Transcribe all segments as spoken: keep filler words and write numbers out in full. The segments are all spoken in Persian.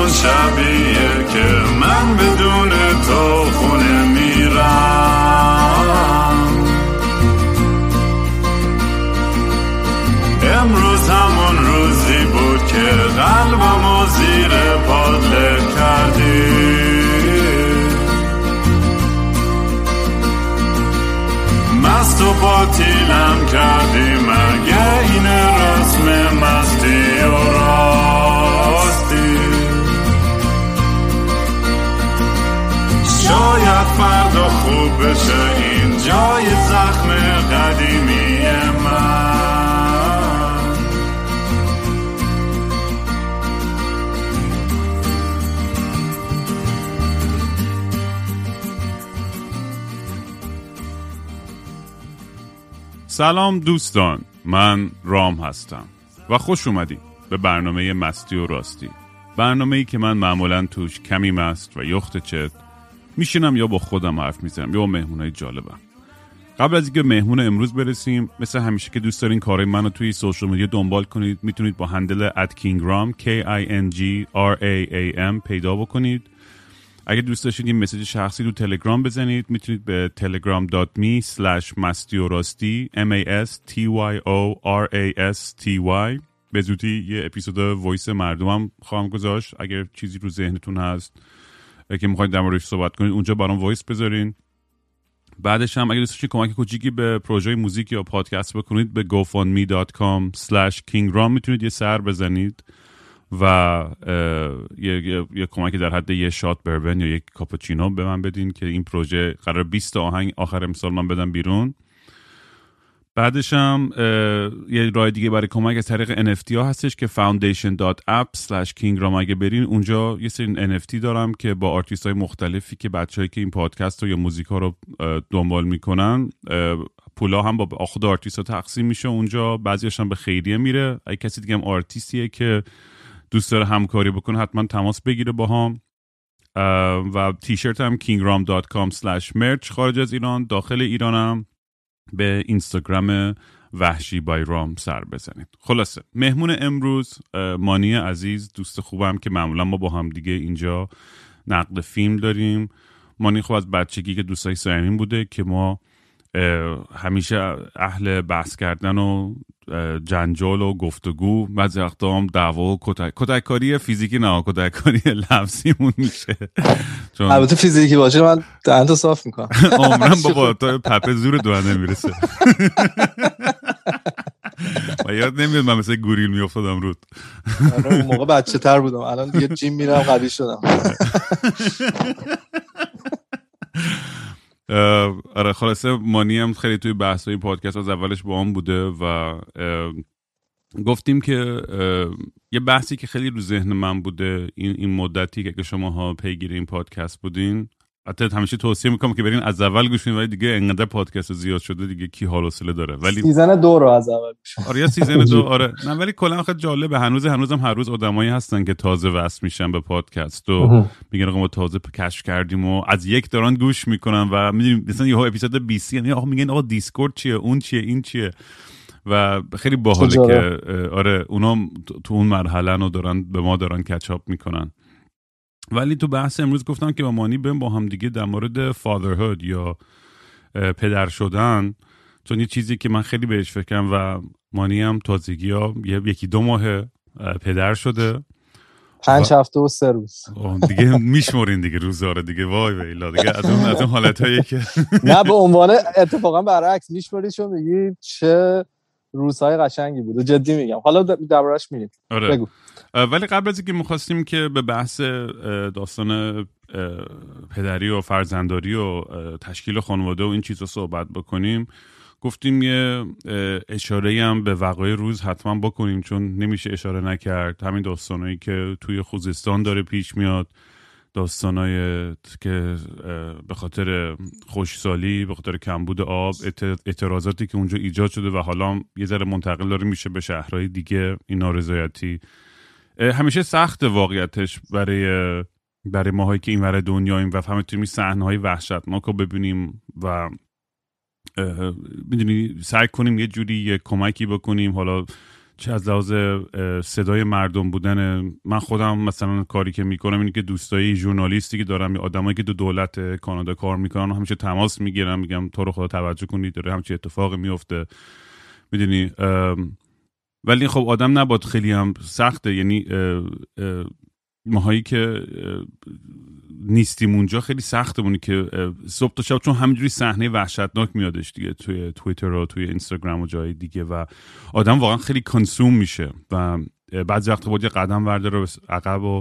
همون شبیه که من بدون تو خونه میرم. امروز همون روزی بود که قلبمو زیر پات له کردی. مست و باطیلم کردی، مگه این رسم مستی و راستی؟ شاید فردا خوب بشه این جای زخم قدیمی من. سلام دوستان، من رام هستم و خوش اومدید به برنامه مستی و راستی. برنامه‌ای که من معمولاً توش کمی مست و یخت چت میشینم یا با خودم حرف میزنم یا با مهمونای جالبم. قبل از اینکه مهمون امروز برسیم، مثل همیشه که دوست دارین کارهای منو توی سوشال میدیا دنبال کنید، میتونید با هندل ات kingram K I N G R A A M پیدا بکنید. اگه دوست داشتید یه مسیج شخصی تو تلگرام بزنید، میتونید به telegram dot me slash مستی و راستی M A S T Y O R A S T Y. به زودی یه اپیزود وایس مردمم خواهم گذاشت. اگر چیزی رو ذهنتون هست که میخواید در موردش صحبت کنید، اونجا برام وایس بذارین. بعدش هم اگه دوست داشتید کمک کوچیکی به پروژه موزیک یا پادکست بکنید، به gofundme dot com slash kingram میتونید یه سر بزنید و یه, یه،, یه کمکی در حد یه شات بربن یا یک کاپوچینو به من بدین که این پروژه قرار بیست آهنگ آخر امسال من بدم بیرون. بعدش هم یه راه دیگه برای کمک از طریق ان اف تی ها هستش که foundation dot app slash kingram. اگه برین اونجا یه سری ان اف تی دارم که با آرتیست های مختلفی که بچه‌هایی که این پادکست رو یا موزیک ها رو دنبال میکنن، پولا هم با خود آرتیست ها تقسیم میشه اونجا. بعضیش هم به خیریه میره. اگه کسی دیگه هم آرتیستیه که دوست داره همکاری بکنه، حتما تماس بگیره با هم. و تیشرت هم kingram dot com slash merch خارج از ایران. داخل ایرانم به اینستاگرام وحشی بای رام سر بزنید. خلاصه مهمون امروز مانی عزیز، دوست خوبم که معمولا ما با هم دیگه اینجا نقد فیلم داریم. مانی خب از بچگی که دوستای صمیمیم بوده که ما همیشه اهل بحث کردن و جنجال و گفتگو، بعضی وقتا هم دعوا و کتک کتککاری فیزیکی نه، کتککاری لفظیمون میشه. چون البته فیزیکی باشه من دهنتو صاف میکنم. عمرم بابا تا پپه زور دو نمیرسه. و یاد نمیاد من مثل گوریل میافتادم رود. اون موقع بچه تر بودم، الان دیگه جیم میرم قوی شدم. آره خلاصه مانی هم خیلی توی بحث های پادکست از اولش با هم بوده و گفتیم که یه بحثی که خیلی رو ذهن من بوده این این مدتی که شما ها پیگیر این پادکست بودین، حتی همیشه توصیه میکنم که برین از اول گوش کنید، ولی دیگه انقدر پادکست زیاد شده دیگه کی حال و حوصله داره. ولی سیزن دو رو از اول گوش. آره یا سیزن دو آره نه، ولی کلا خیلی جالبه. هنوز هنوزم هر روز آدمایی هستن که تازه وصل میشن به پادکست و میگن آقا ما تازه کشف کردیم و از یک دوران گوش میکنن و میدونیم مثلا یه اپیزود بیست یعنی آقا میگن آقا دیسکورد چیه، اون چیه، این چیه. و خیلی باحاله که آره اونا تو اون مرحله رو دارن به ما دارن کچاپ میکنن. ولی تو بحث امروز گفتم که با مانی بریم با هم دیگه در مورد fatherhood یا پدر شدن، چون یه چیزی که من خیلی بهش فکرم و مانی هم تازگی ها یکی دو ماه پدر شده، پنج هفته و سه روز دیگه میشمورین دیگه روزا رو دیگه. وای ویلا دیگه از اون از اون حالتایی که نه به عنوان اتفاقا برعکس میشموری چون میگی چه روزهای قشنگی بود. جدی میگم، حالا دربارش میریم. آره. بگو. ولی قبل از اینکه می‌خواستیم که به بحث داستان پدری و فرزنداری و تشکیل خانواده و این چیزا صحبت بکنیم، گفتیم یه اشاره‌ای هم به وقایع روز حتما بکنیم، چون نمیشه اشاره نکرد. همین داستانایی که توی خوزستان داره پیش میاد، داستانای که به خاطر خشکسالی، به خاطر کمبود آب، اعتراضاتی که اونجا ایجاد شده و حالا یه ذره منتقل داره میشه به شهرهای دیگه، این نارضایتی همیشه سخت واقعیتش برای برای ماهایی که این ور دنیاییم و همینطوری صحنه‌های وحشتناک رو ببینیم و میدونی سعی کنیم یه جوری یه کمکی بکنیم. حالا چه از لحاظ صدای مردم بودن. من خودم مثلا کاری که میکنم اینه که دوستایی ژورنالیستی که دارم یا آدمایی که دو دولت کانادا کار میکنن همیشه تماس میگیرم، میگم تو رو خدا توجه کنید داره همچین اتفاقی میفته، میدونی. ولی خب آدم نباد خیلی هم سخته، یعنی ماهایی که نیستیم اونجا خیلی سخته مونی که صبح تا شب، چون همینجوری صحنه وحشتناک میادش دیگه توی توییتر و توی اینستاگرام و جای دیگه و آدم واقعا خیلی کنسوم میشه و بعضی وقتا باید یه قدم ورداره عقب و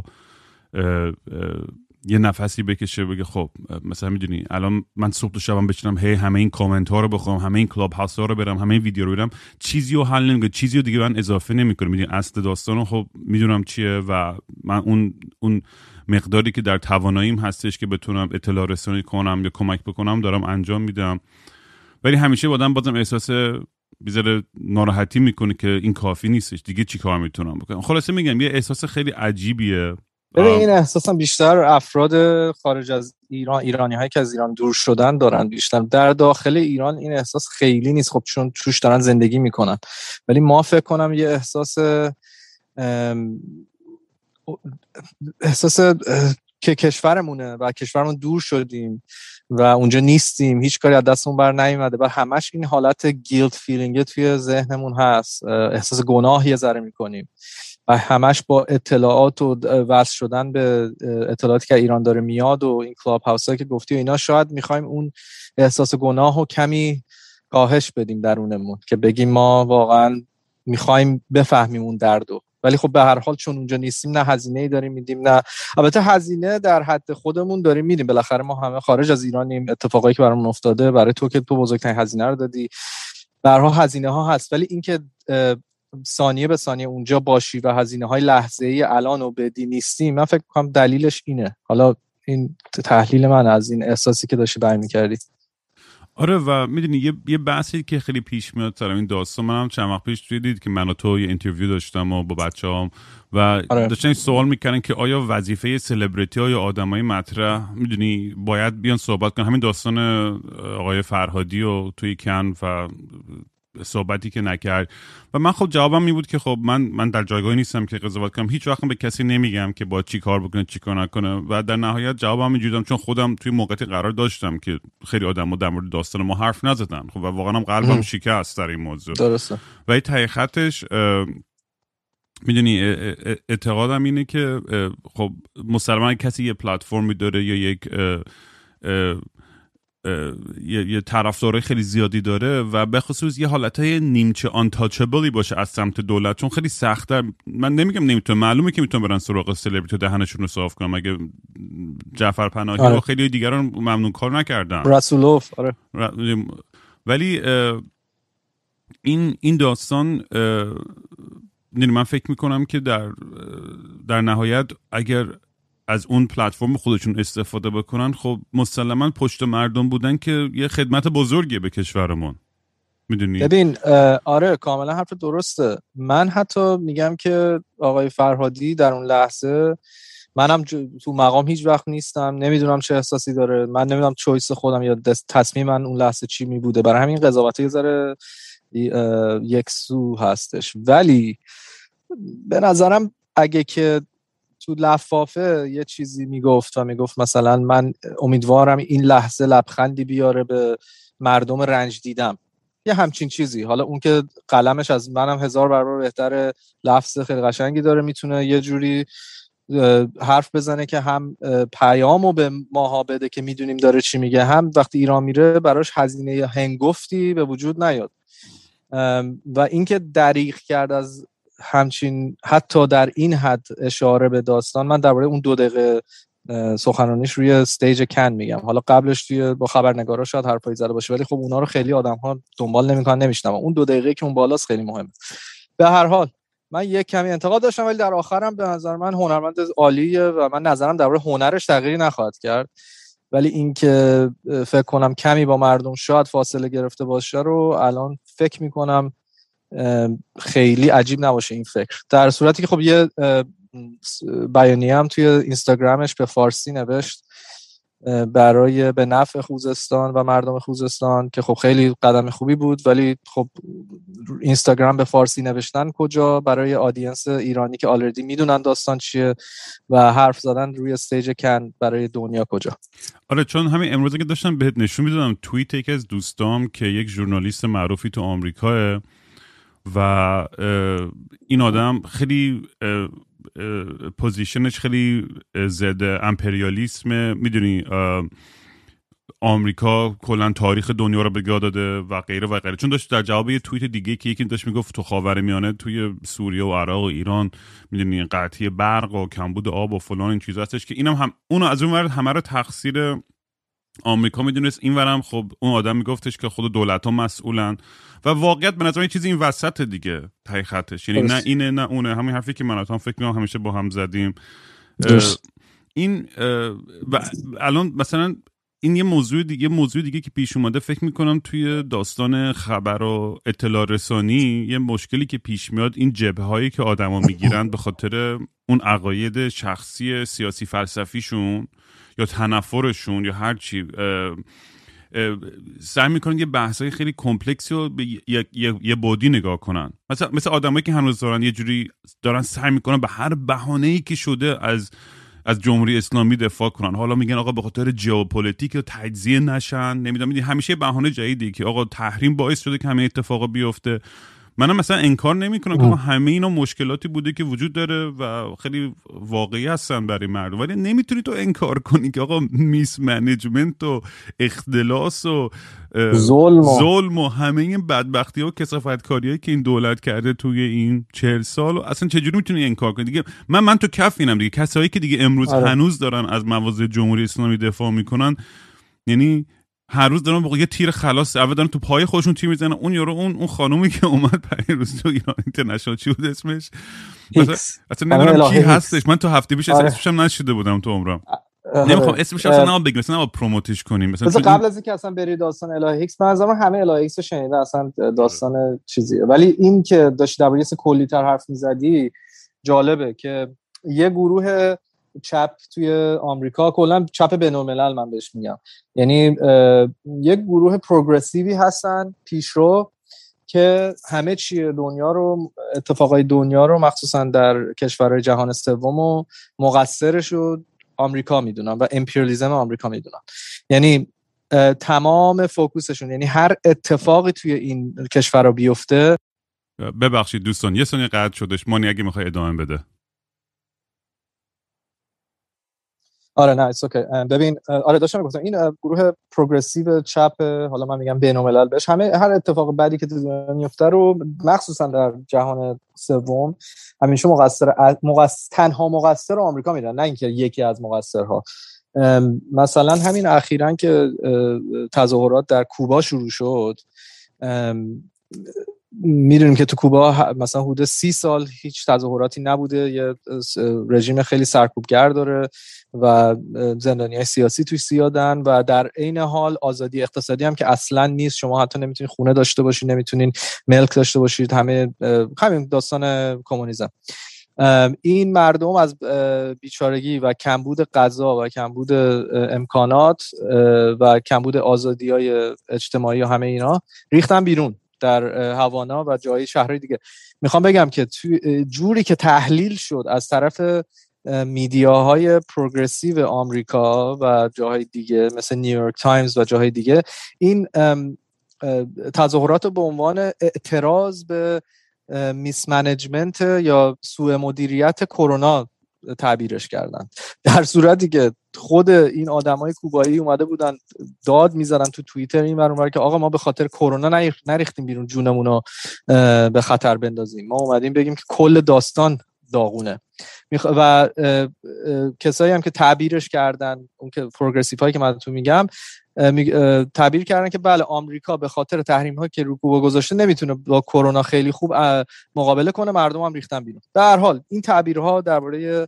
یه نفسی بکشه بگه خب مثلا میدونی الان من صبح تا شبم بشینم هی همه این کامنت ها رو بخونم، همه این کلاب هاوس ها رو برم، همه این ویدیو رو برم، چیزی رو حل نمیکنه، چیزی رو دیگه من اضافه نمیکنه. میدونی اصل داستان رو خب میدونم چیه و من اون اون مقداری که در تواناییم هستش که بتونم اطلاع رسانی کنم یا کمک بکنم دارم انجام میدم. ولی همیشه آدم بازم احساس بیزاره ناراحتی میکنه که این کافی نیستش، دیگه چی کار میتونم بکنم. خلاصه میگم یه احساس خیلی عجیبیه. ببین این احساسا بیشتر افراد خارج از ایران، ایرانی هایی که از ایران دور شدن دارن بیشتر. در داخل ایران این احساس خیلی نیست، خب چون توش دارن زندگی میکنن. ولی ما فکر کنم یه احساس احساس که کشورمونه و کشورمون دور شدیم و اونجا نیستیم، هیچ کاری از دستمون بر نیومده و همش این حالت گیلت فیلینگ توی ذهنمون هست، احساس گناه یه ذره میکنیم و همش با اطلاعات و وصل شدن به اطلاعاتی که ایران داره میاد و این کلاب هاوسایی که گفتی و اینا، شاید میخوایم اون احساس گناه رو کمی کاهش بدیم درونمون که بگیم ما واقعا میخوایم بفهمیم اون دردو. ولی خب به هر حال چون اونجا نیستیم نه هزینه‌ای داریم میدیم، نه البته هزینه در حد خودمون داریم میدیم، بالاخره ما همه خارج از ایرانیم، اتفاقایی که برامون افتاده برای تو که تو بزرگترین هزینه رو دادی، به هر حال هزینه ها هست. ولی اینکه ثانیه به ثانیه اونجا باشی و هزینه های لحظه‌ای الان رو بدی نیستیم، من فکر کنم دلیلش اینه. حالا این تحلیل من از این احساسی که داشتی بیان می‌کردی. آره و میدونی یه یه بحثی که خیلی پیش میاد سر این داستان، منم چند وقت پیش توی دید که من و تو یه اینترویو داشتم و با بچه‌هام و آره. داشتن سوال میکنن که آیا وظیفه سلبریتی ها یا آدمای مطرح میدونی باید بیان صحبت کنن. همین داستان آقای فرهادی و توی کن و صحبتی که نکرد و من خب جوابم می بود که خب من من در جایگاهی نیستم که قضاوت کنم، هیچ وقت به کسی نمیگم که با چی کار بکنه چی کار نکنه و در نهایت جوابم اینجوری دادم چون خودم توی موقعیتی قرار داشتم که خیلی آدم‌ها در مورد داستان ما حرف نزدن خب و واقعا هم قلبم شکست در این موضوع. درسته. و این ته خطش میدونی اعتقادم اینه که خب مسلماً کسی یه پلتفرمی داره یا یک اه اه یه, یه طرفدارای خیلی زیادی داره و به خصوص یه حالتهای نیمچه آنتاچبلی باشه از سمت دولت، چون خیلی سخته. من نمیگم نمیتونه، معلومه که میتونن برن سراغ سلبریتی دهنشون رو صاف کنن، مگه جعفر پناهی آره. و خیلی دیگران ممنون کار نکردن، رسولوف آره. ولی این این داستان من فکر میکنم که در در نهایت اگر از اون پلتفرم خودشون استفاده بکنن خب مسلماً پشت مردم بودن که یه خدمت بزرگیه به کشورمون، میدونی؟ ببین آره کاملا حرف درسته. من حتی میگم که آقای فرهادی در اون لحظه، منم تو مقام هیچ وقت نیستم، نمیدونم چه احساسی داره، من نمیدونم چویس خودم یا تصمیم من اون لحظه چی می بوده، برای همین قضاوت یه ذره یک سو هستش. ولی به نظرم اگه که تو لفافه یه چیزی میگفت و میگفت مثلا من امیدوارم این لحظه لبخندی بیاره به مردم رنج دیدم، یه همچین چیزی، حالا اون که قلمش از منم هزار برابر بهتره، لفظ خیلی قشنگی داره، میتونه یه جوری حرف بزنه که هم پیامو به ماها بده که میدونیم داره چی میگه، هم وقتی ایران میره براش هزینه هنگفتی به وجود نیاد. و اینکه دریغ کرد از همچین حتی در این حد اشاره به داستان، من درباره اون دو دقیقه سخنرانیش روی استیج کن میگم، حالا قبلش توی با خبرنگارا شاید حرفایی زده باشه ولی خب اونا رو خیلی آدم‌ها دنبال نمی‌کنن نمی‌شنون، اون دو دقیقه که اون بالاست خیلی مهمه. به هر حال من یک کمی انتقاد داشتم ولی در آخرم به نظر من هنرمند عالیه و من نظرم درباره هنرش تغییری نخواهد کرد، ولی اینکه فکر کنم کمی با مردم شاید فاصله گرفته باشه رو الان فکر می‌کنم خیلی عجیب نباشه این فکر، در صورتی که خب یه بیانیه هم توی اینستاگرامش به فارسی نوشت برای به نفع خوزستان و مردم خوزستان که خب خیلی قدم خوبی بود، ولی خب اینستاگرام به فارسی نوشتن کجا برای آدینس ایرانی که آلردی میدونن داستان چیه و حرف زدن روی استیج کن برای دنیا کجا. آره، چون همین امروز که داشتم بهت نشون میدادم توییت یکی از دوستام که یک ژورنالیست معروفی تو آمریکاه و این آدم خیلی پوزیشنش خیلی ضد امپریالیسم، میدونی آمریکا کلا تاریخ دنیا رو به یاد داده و غیره و غیره. چون داشت در جواب یه توییت دیگه که یکی داشت میگفت تو خاورمیانه توی سوریه و عراق و ایران میدونی قطعی برق و کمبود آب و فلان این چیزا هستش که اینم هم اونو از اون ور همه رو تقصیر آمریکا میدونست، این ورم خب اون آدم میگفتش که خود دولت‌ها مسئولن و واقعیت به نظر من چیزی این وسط دیگه ته خطش، یعنی نه اینه نه اونه، همین حرفی که من و فکر می‌کنم همیشه با هم زدیم. این و الان مثلا این یه موضوع دیگه موضوع دیگه که پیش اومده فکر میکنم توی داستان خبر و اطلاع رسانی، یه مشکلی که پیش میاد این جبهه‌هایی که آدما میگیرن به خاطر اون عقاید شخصی سیاسی فلسفیشون یا تنفرشون یا هر چی سعی میکنن یه بحثای خیلی کمپلکسی رو به یه, یه،, یه بودی نگاه کنن. مثلا مثل آدمایی که هنوز دارن یه جوری دارن سعی میکنن به هر بهانه‌ای که شده از از جمهوری اسلامی دفاع کنن. حالا میگن آقا به خاطر ژئوپلیتیک تجزیه نشن، نمیدونم، میدونی همیشه بهانه جدیدی که آقا تحریم باعث شده که همه اتفاقا بیفته. منم مثلا انکار نمیکنم که همه اینا مشکلاتی بوده که وجود داره و خیلی واقعی هستن برای مردم، ولی نمیتونی تو انکار کنی که آقا میس منیجمنت و اختلاس و ظلم و ظلم و همه این بدبختی ها و کثافتکاریایی که این دولت کرده توی این چهل سال و اصلا چجوری میتونی انکار کنی دیگه؟ من من تو کف اینم دیگه. کسایی که دیگه امروز آره. هنوز دارن از مواضع جمهوری اسلامی دفاع میکنن، یعنی هر روز دارن با یه تیر خلاص اول دارن تو پای خودشون تیر میزنن. اون یارو اون اون خانومی که اومد پریروز تو ایران اینترنشنال چی بود اسمش؟ مثلا اصلا نمیدونم کی هستش. من تو هفته پیش آره. اسمش هم نشیده بودم تو عمرم. نمیخوام اسمش اصلا نام بگم، مثلا پروموتش کنیم مثلا تو قبل از اینکه اصلا بری داستان الهه ایکس، من از همه الهه ایکس رو شنیدم، اصلا داستان چیزیه، ولی این که داشتی درباره یه کلی تر حرف میزدی جالبه که یه گروه چپ توی آمریکا، کلا چپ بین‌الملل من بهش میگم، یعنی یک گروه پروگرسیوی هستن پیشرو که همه چی دنیا رو، اتفاقای دنیا رو مخصوصا در کشورهای جهان سوم و مقصرش رو آمریکا میدونن و امپریالیسم آمریکا میدونن. یعنی تمام فوکوسشون، یعنی هر اتفاقی توی این کشورها بیفته. ببخشید دوستان یه ثانیه قطع شدش، مانی اگه میخوای ادامه بده. آره نه ایتس اوکی. ببین آره داشتم میگفتم این گروه پروگرسیو چپ، حالا من میگم بین‌الملل بهش، همه هر اتفاق بدی که تو دنیا میفته رو مخصوصا در جهان سوم همیشه مقصر مقصر تنها مقصر آمریکا میدونن، نه اینکه یکی از مقصرها. مثلا همین اخیراً که تظاهرات در کوبا شروع شد، میدونیم که تو کوبا مثلا حدود سی سال هیچ تظاهراتی نبوده، یه رژیم خیلی سرکوبگر داره و زندانیای سیاسی توش زیادن و در عین حال آزادی اقتصادی هم که اصلا نیست. شما حتی نمیتونید خونه داشته باشید، نمیتونید ملک داشته باشید، همه همین داستان کمونیسم. این مردم از بیچارگی و کمبود غذا و کمبود امکانات و کمبود آزادی‌های اجتماعی و همه اینا ریختن بیرون در هاوانا و جایی شهرهای دیگه. میخوام بگم که جوری که تحلیل شد از طرف میدیاهای پروگرسیو آمریکا و جاهای دیگه مثل نیویورک تایمز و جاهای دیگه، این تظاهرات به عنوان اعتراض به میس منیجمنت یا سوء مدیریت کرونا تعبیرش کردن، در صورتی که خود این آدمای کوبایی اومده بودن داد میزدن تو توییتر این ور اون ور که آقا ما به خاطر کرونا نریختیم بیرون جونمون رو به خطر بندازیم، ما اومدیم بگیم که کل داستان داغونه. و کسایی هم که تعبیرش کردن، اون که پروگرسیو هایی که من تو میگم، تعبیر کردن که بله آمریکا به خاطر تحریم ها که رو کوبا گذاشته نمیتونه با کرونا خیلی خوب مقابله کنه، مردم هم ریختن بیرون. در هر حال این تعبیرها درباره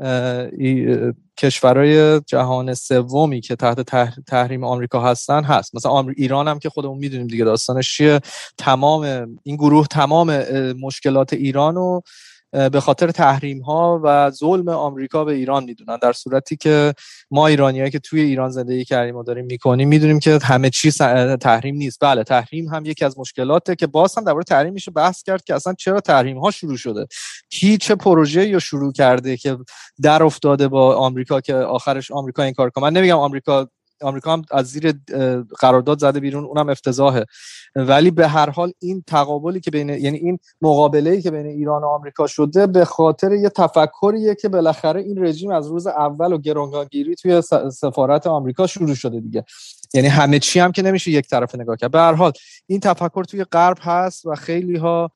کشورهای جهان سومی که تحت تحریم آمریکا هستن هست. مثلا ایران هم که خودمون میدونیم دیگه داستانش چیه، تمام این گروه تمام مشکلات ایرانو به خاطر تحریم ها و ظلم آمریکا به ایران میدونن، در صورتی که ما ایرانیایی که توی ایران زندگی کردیم و داریم میکنیم میدونیم که همه چی تحریم نیست. بله تحریم هم یکی از مشکلاته که باز هم درباره تحریم میشه بحث کرد که اصلا چرا تحریم ها شروع شده، کی چه پروژه‌ای رو شروع کرده که در افتاده با آمریکا که آخرش آمریکا این کار کنه. من نمیگم آمریکا آمریکا هم از زیر قرارداد زده بیرون، اونم افتضاحه، ولی به هر حال این تقابلی که بین، یعنی این مقابله‌ای که بین ایران و آمریکا شده به خاطر یه تفکریه که بالاخره این رژیم از روز اول و گرانگیری توی سفارت آمریکا شروع شده دیگه. یعنی همه چی هم که نمیشه یک طرفه نگاه کرد. به هر حال این تفکر توی غرب هست و خیلی ها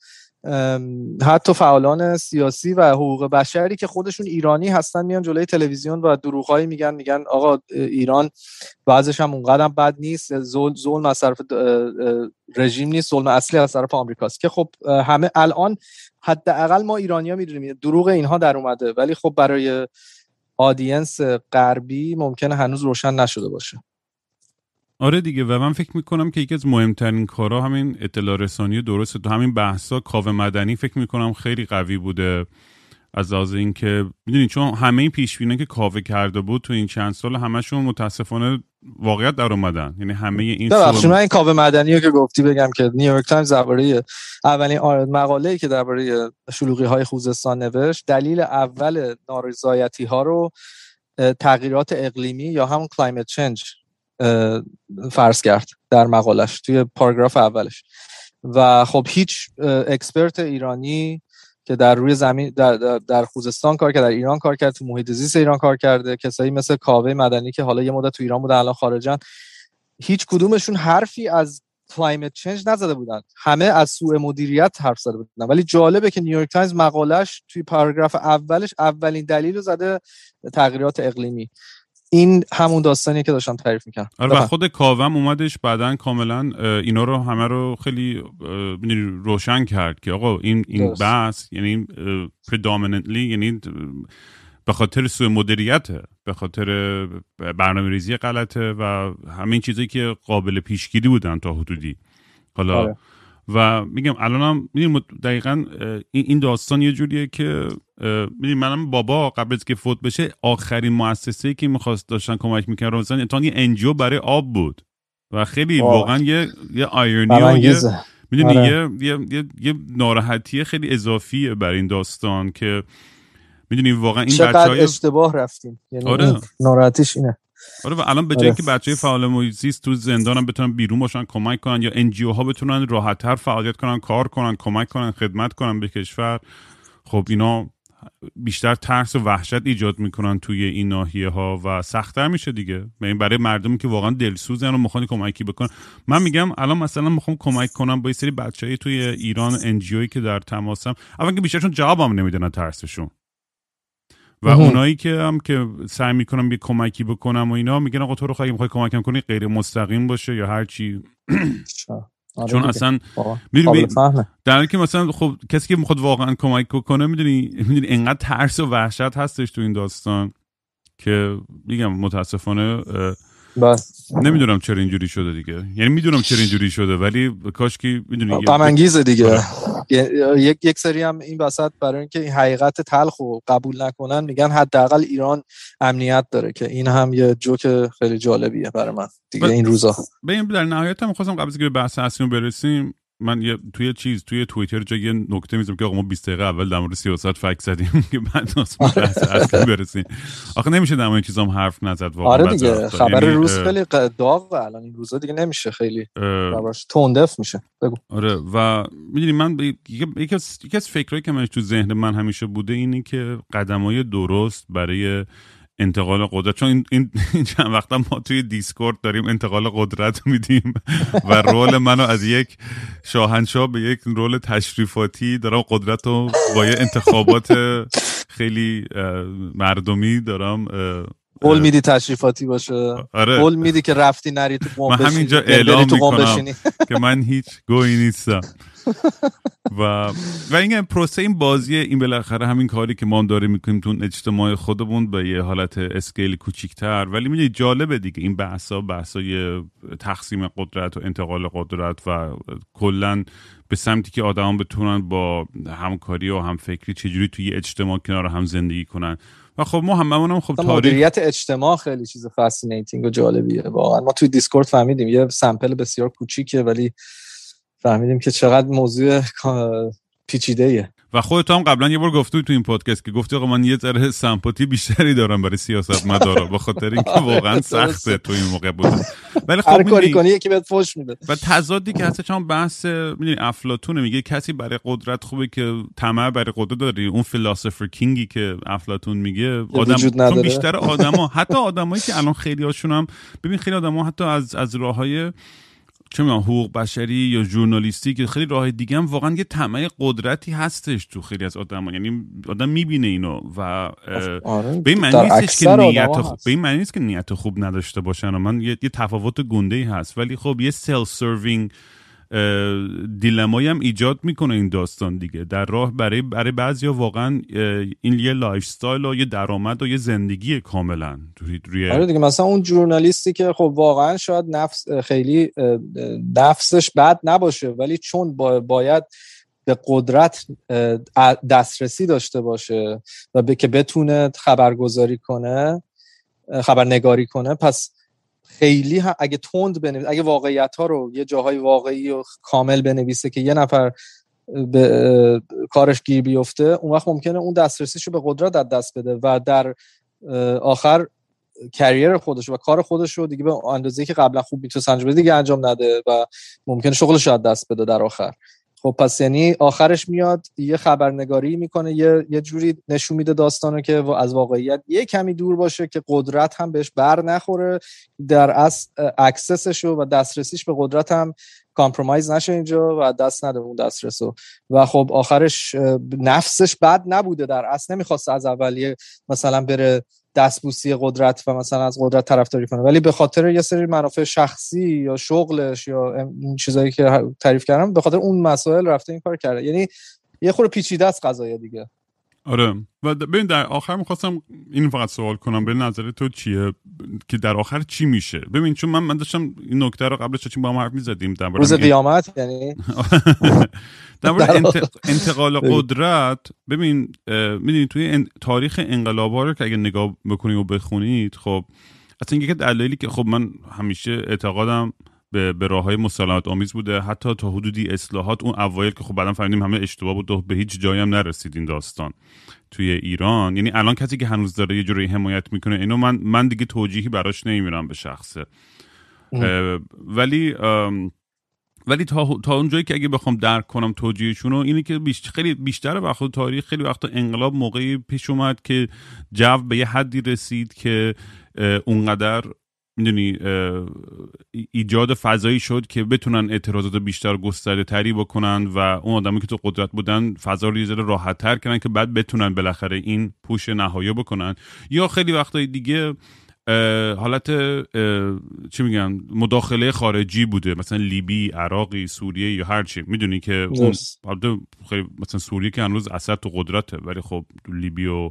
حتی فعالان سیاسی و حقوق بشری که خودشون ایرانی هستن میان جلوی تلویزیون و دروغایی میگن، میگن آقا ایران بعضش هم اونقدر بد نیست، ظلم ظلم از طرف رژیم نیست، ظلم اصلی از طرف آمریکاست. که خب همه الان حداقل ما ایرانی‌ها میدونیم دروغ اینها در اومده، ولی خب برای آدینس غربی ممکنه هنوز روشن نشده باشه. آره دیگه، و من فکر میکنم که یکی از مهمترین کارها همین اطلاع رسانی درسته. تو همین بحثا کاوه مدنی فکر میکنم خیلی قوی بوده، از لحاظ اینکه میدونید چون همه این پیش‌بینی که کاوه کرده بود تو این چند سال همشون متاسفانه واقعیت در اومدن. یعنی همه این ببخشید من این کاوه مدنی رو که گفتی بگم که نیویورک تایمز درباره اولین مقاله‌ای که درباره شلوغی‌های خوزستان نوشت، دلیل اول نارضایتی‌ها رو تغییرات اقلیمی یا همون کلایمت چنج فرض کرد در مقالش توی پاراگراف اولش. و خب هیچ اکسپرت ایرانی که در روی زمین در, در, در خوزستان کار کرد، در ایران کار کرد، تو محیط زیست ایران کار کرده، کسایی مثل کاوه مدنی که حالا یه مدت تو ایران بودن الان خارجن، هیچ کدومشون حرفی از کلایمت چنج نزده بودن، همه از سوء مدیریت حرف زده بودن. ولی جالبه که نیویورک تایمز مقالش توی پاراگراف اولش اولین دلیل رو زده تغییرات اقلیمی. این همون داستانیه که داشتم تعریف میکنم. آره، و خود کاوم اومدش بعدن کاملا اینا رو همه رو خیلی روشن کرد که آقا این این بحث یعنی predominantly یعنی به خاطر سوء مدیریته، به خاطر برنامه‌ریزی غلطه و همین چیزایی که قابل پیشگیری بودن تا حدودی. حالا آره. و میگم الانم میدونم دقیقاً این داستان یه جوریه که میدونم منم بابا قبل از که فوت بشه آخرین مؤسسه‌ای که می‌خواست داشتن کمک می‌کردن مثلا تا یه انجیو برای آب بود و خیلی آه. واقعاً یه یه آیرونی و یه میدونی آره. یه یه یه یه ناراحتی خیلی اضافیه برای این داستان که میدونی واقعاً این بچه‌های چقدر اشتباه رفتیم. یعنی آره. ناراحتیش اینه. آره، و الان به جایی آره. که بچه‌های فعال محیط زیست تو زندان هم بتونن بیرون باشن کمک کنن، یا ان جی او ها بتونن راحت‌تر فعالیت کنن، کار کنن، کمک کنن، خدمت کنن به کشور، خب اینا بیشتر ترس و وحشت ایجاد میکنن توی این ناحیه ها و سخت‌تر میشه دیگه برای مردمی که واقعا دلسوزن و میخوان کمکی بکنن. من میگم الان مثلا میخوام کمک کنم با یه سری بچه‌ای توی ایران ان جی اویی که در تماسم، اول که بیشترشون جوابم نمیدن ترسشون، و اونایی که هم که سعی میکنم یه کمکی بکنم و اینا میگن آقا تو رو خواهی میخوای کمکم کنی غیر مستقیم باشه یا هر چی. چون دیگه. اصلا میدونی در حالی که مثلا خب کسی که میخواد واقعا کمک کنه میدونی میدونی انقدر ترس و وحشت هستش تو این داستان که میگم متاسفانه بس نمیدونم چرا اینجوری شده دیگه. یعنی میدونم چرا اینجوری شده ولی کاش که میدونی غم انگیزه دیگه. یک یک سری هم این وسط برای اینکه این حقیقت تلخ رو قبول نکنن میگن حداقل ایران امنیت داره، که این هم یه جوک خیلی جالبیه برای من دیگه این روزا. ببین در نهایت هم خواستم قبل از اینکه به بحث اصلی برسیم من یه توی چیز توی توییتر جا یه نکته میذارم که آقا ما بیست دقیقه اول در مورد سیاست فکر زدیم که بعد اصلا بحث اصلی برسیم. آخه نمیشه در مورد این چیزام حرف نزد واقعا. آره دیگه خبر روز خیلی داغه الان این روزا دیگه نمیشه خیلی خبرش تندف میشه. بگو. آره، و میدونی من یکی از یکی از فکرایی که من تو ذهن من همیشه بوده اینی که قدمای درست برای انتقال قدرت، چون این, این, این چند وقتا ما توی دیسکورد داریم انتقال قدرت میدیم و رول منو از یک شاهنشاه به یک رول تشریفاتی دارم قدرت رو با یه انتخابات خیلی مردمی دارم قول میدی تشریفاتی باشه. آره. قول میدی که رفتی نری تو قم بشینی. من همینجا اعلام میکنم که من هیچ گویی نیستم. و و این پروسه این بازی این بالاخره همین کاری که ما داریم میکنیم تو اجتماع خودمون به یه حالت اسکیل کوچیک‌تر، ولی میدونی جالبه دیگه این بحثا بحثای تقسیم قدرت و انتقال قدرت و کلا به سمتی که آدمان بتونن با همکاری و همفکری چجوری توی اجتماع کنار هم زندگی کنن. و خب ما هممون خب تاریخ مدیریت اجتماع خیلی چیز فاسینیتینگ و جالبیه واقعا. ما توی دیسکورد فهمیدیم یه سامپل بسیار کوچیکه ولی فهمیدیم که چقدر موضوع پیچیده‌ایه. و خودت هم قبلا یه بار گفتی تو این پادکست که گفتی آقا من یه ذره سمپاتی بیشتری دارم برای سیاستمدارا به خاطر اینکه واقعا سخته تو این موقع بود. ولی خب هر کاری کنی یکی بهت فوش میده. و تضادی که هست چون بحث میدونی افلاطون میگه کسی برای قدرت خوبه که طمع برای قدرت داره. اون فیلسوفر کینگی که افلاطون میگه آدم بیشتر آدما حتی آدمایی که الان خیلی هاشون هم ببین خیلی آدما حتی از از راههای چه میگم حقوق بشری یا ژورنالیستی که خیلی راه دیگه هم واقعا یه طمع قدرتی هستش تو خیلی از آدما، یعنی آدم میبینه اینو و آره به این معنی نیست که نیت خوب به این معنی نیست که نیت خوب نداشته باشن. من یه, یه تفاوت گنده‌ای هست ولی خب یه سلف سروینگ دیلمایی هم ایجاد میکنه این داستان دیگه در راه برای برای بعضیا واقعا این یه لایف استایل و یه درآمد و یه زندگی کاملا روی. آره دیگه مثلا اون ژورنالیستی که خب واقعا شاید نفس خیلی نفسش بد نباشه ولی چون باید به قدرت دسترسی داشته باشه و به که بتونه خبرگزاری کنه خبرنگاری کنه پس خیلی هم اگه تند بنویسه اگه واقعیت ها رو یه جاهای واقعی و کامل بنویسه که یه نفر به کارش گیر بیفته اون وقت ممکنه اون دسترسیشو به قدرت از دست بده و در آخر کریر خودش و کار خودش رو دیگه به اندازه‌ای که قبلا خوب میتونه انجام بده دیگه انجام نده و ممکنه شغلش رو از دست بده در آخر. خب پس یعنی آخرش میاد یه خبرنگاری میکنه یه یه جوری نشون میده داستانو که از واقعیت یه کمی دور باشه که قدرت هم بهش بر نخوره در اصل اکسسش و دسترسیش به قدرت هم کامپرومایز نشه اینجا و دست نده اون دسترسو و خب آخرش نفسش بد نبوده در اصل نمیخواست از اولیه مثلا بره دستبوسی قدرت و مثلا از قدرت طرفداری کنه ولی به خاطر یه سری منافع شخصی یا شغلش یا این چیزایی که تعریف کردم به خاطر اون مسائل رفته این کار کرده. یعنی یه خورده پیچیده است قضایا دیگه. آره و ببین در آخر می‌خواستم این فقط سوال کنم به نظر تو چیه که در آخر چی میشه؟ ببین چون من من داشتم این نکته رو قبلش چون با هم حرف می‌زدیم در روز قیامت یعنی در مورد انتقال قدرت ببین میدونید توی تاریخ انقلاب‌ها رو که اگه نگاه بکنید و بخونید خب اصلا یکی دلایلی که خب من همیشه اعتقادم به به راههای مسالمت آمیز بوده حتی تا حدودی اصلاحات اون اوایل که خب بعداً فهمیدیم همه اشتباه بود و به هیچ جایی هم نرسید این داستان توی ایران. یعنی الان کسی که هنوز داره یه جوری حمایت میکنه اینو من من دیگه توجیهی براش نمیبینم به شخصه ولی ولی تا تا اونجایی که اگه بخوام درک کنم توجیهشونو اینه که بیشتر خیلی بیشتر وقت تاریخ خیلی وقتا انقلاب موقعی پیش اومد که جو به یه حدی رسید که اونقدر میدونی ایجاد فضایی شد که بتونن اعتراضات بیشتر گسترده تری بکنن و اون آدمی که تو قدرت بودن فضا رو یه ذره راحت تر کنن که بعد بتونن بالاخره این پوش نهایی بکنن. یا خیلی وقتای دیگه حالت چی میگن مداخله خارجی بوده مثلا لیبی، عراقی، سوریه یا هر چی میدونی که اون خیلی مثلا سوریه که هنوز اسد تو قدرته ولی خب لیبی و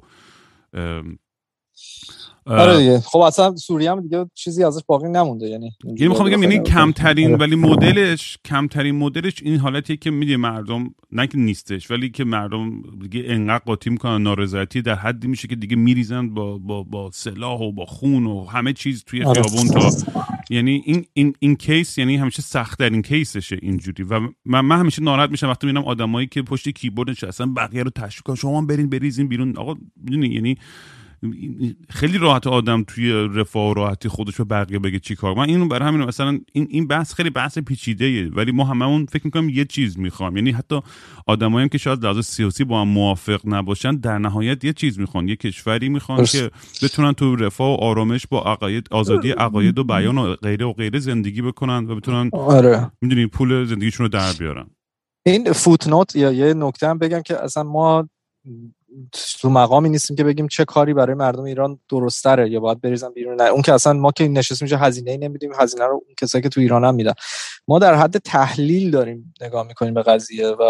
آره دیگه خب اصلا سوریه هم دیگه چیزی ازش باقی نمونده. یعنی یعنی میخوام بگم یعنی کمترین ولی مدلش کمترین مدلش این حالتیه که میدونی مردم نه که نیستش ولی که مردم دیگه انقدر قاطی میکنن نارضایتی در حدی میشه که دیگه میریزن با با با سلاح و با خون و همه چیز توی خیابون تا یعنی این این این کیس یعنی همیشه سخت ترین کیسشه اینجوری و من, من همیشه ناراحت میشم وقتی میبینم آدمایی که پشت کیبورد نشستن بقیه رو تشویق کنن شما برین بریزین بیرون. آقا میدونی یعنی خیلی راحت آدم توی رفاه و راحتی خودش به بقیه بگه چی کار. من اینو برای همین مثلا این این بحث خیلی بحث پیچیده‌ایه ولی ما هممون فکر می‌کنیم یه چیز می‌خوام. یعنی حتی آدمایی که شاید لحاظ سیاسی با هم موافق نباشن در نهایت یه چیز می‌خوان، یه کشوری می‌خوان که بتونن تو رفاه و آرامش با عقاید آزادی عقاید و بیان و غیره و غیره زندگی بکنن و بتونن آره. می‌دونی پول زندگیشون رو در بیارن. این فوتنوت یا یه نکته هم بگم که اصلا ما تو مقامی نیستیم که بگیم چه کاری برای مردم ایران درست‌تره یا باید بریزن بیرون. نه، اون که اصلا ما که نشستیم اینجا هزینه‌ای نمیدیم، هزینه رو اون کسایی که تو ایران هم میدن. ما در حد تحلیل داریم نگاه میکنیم به قضیه و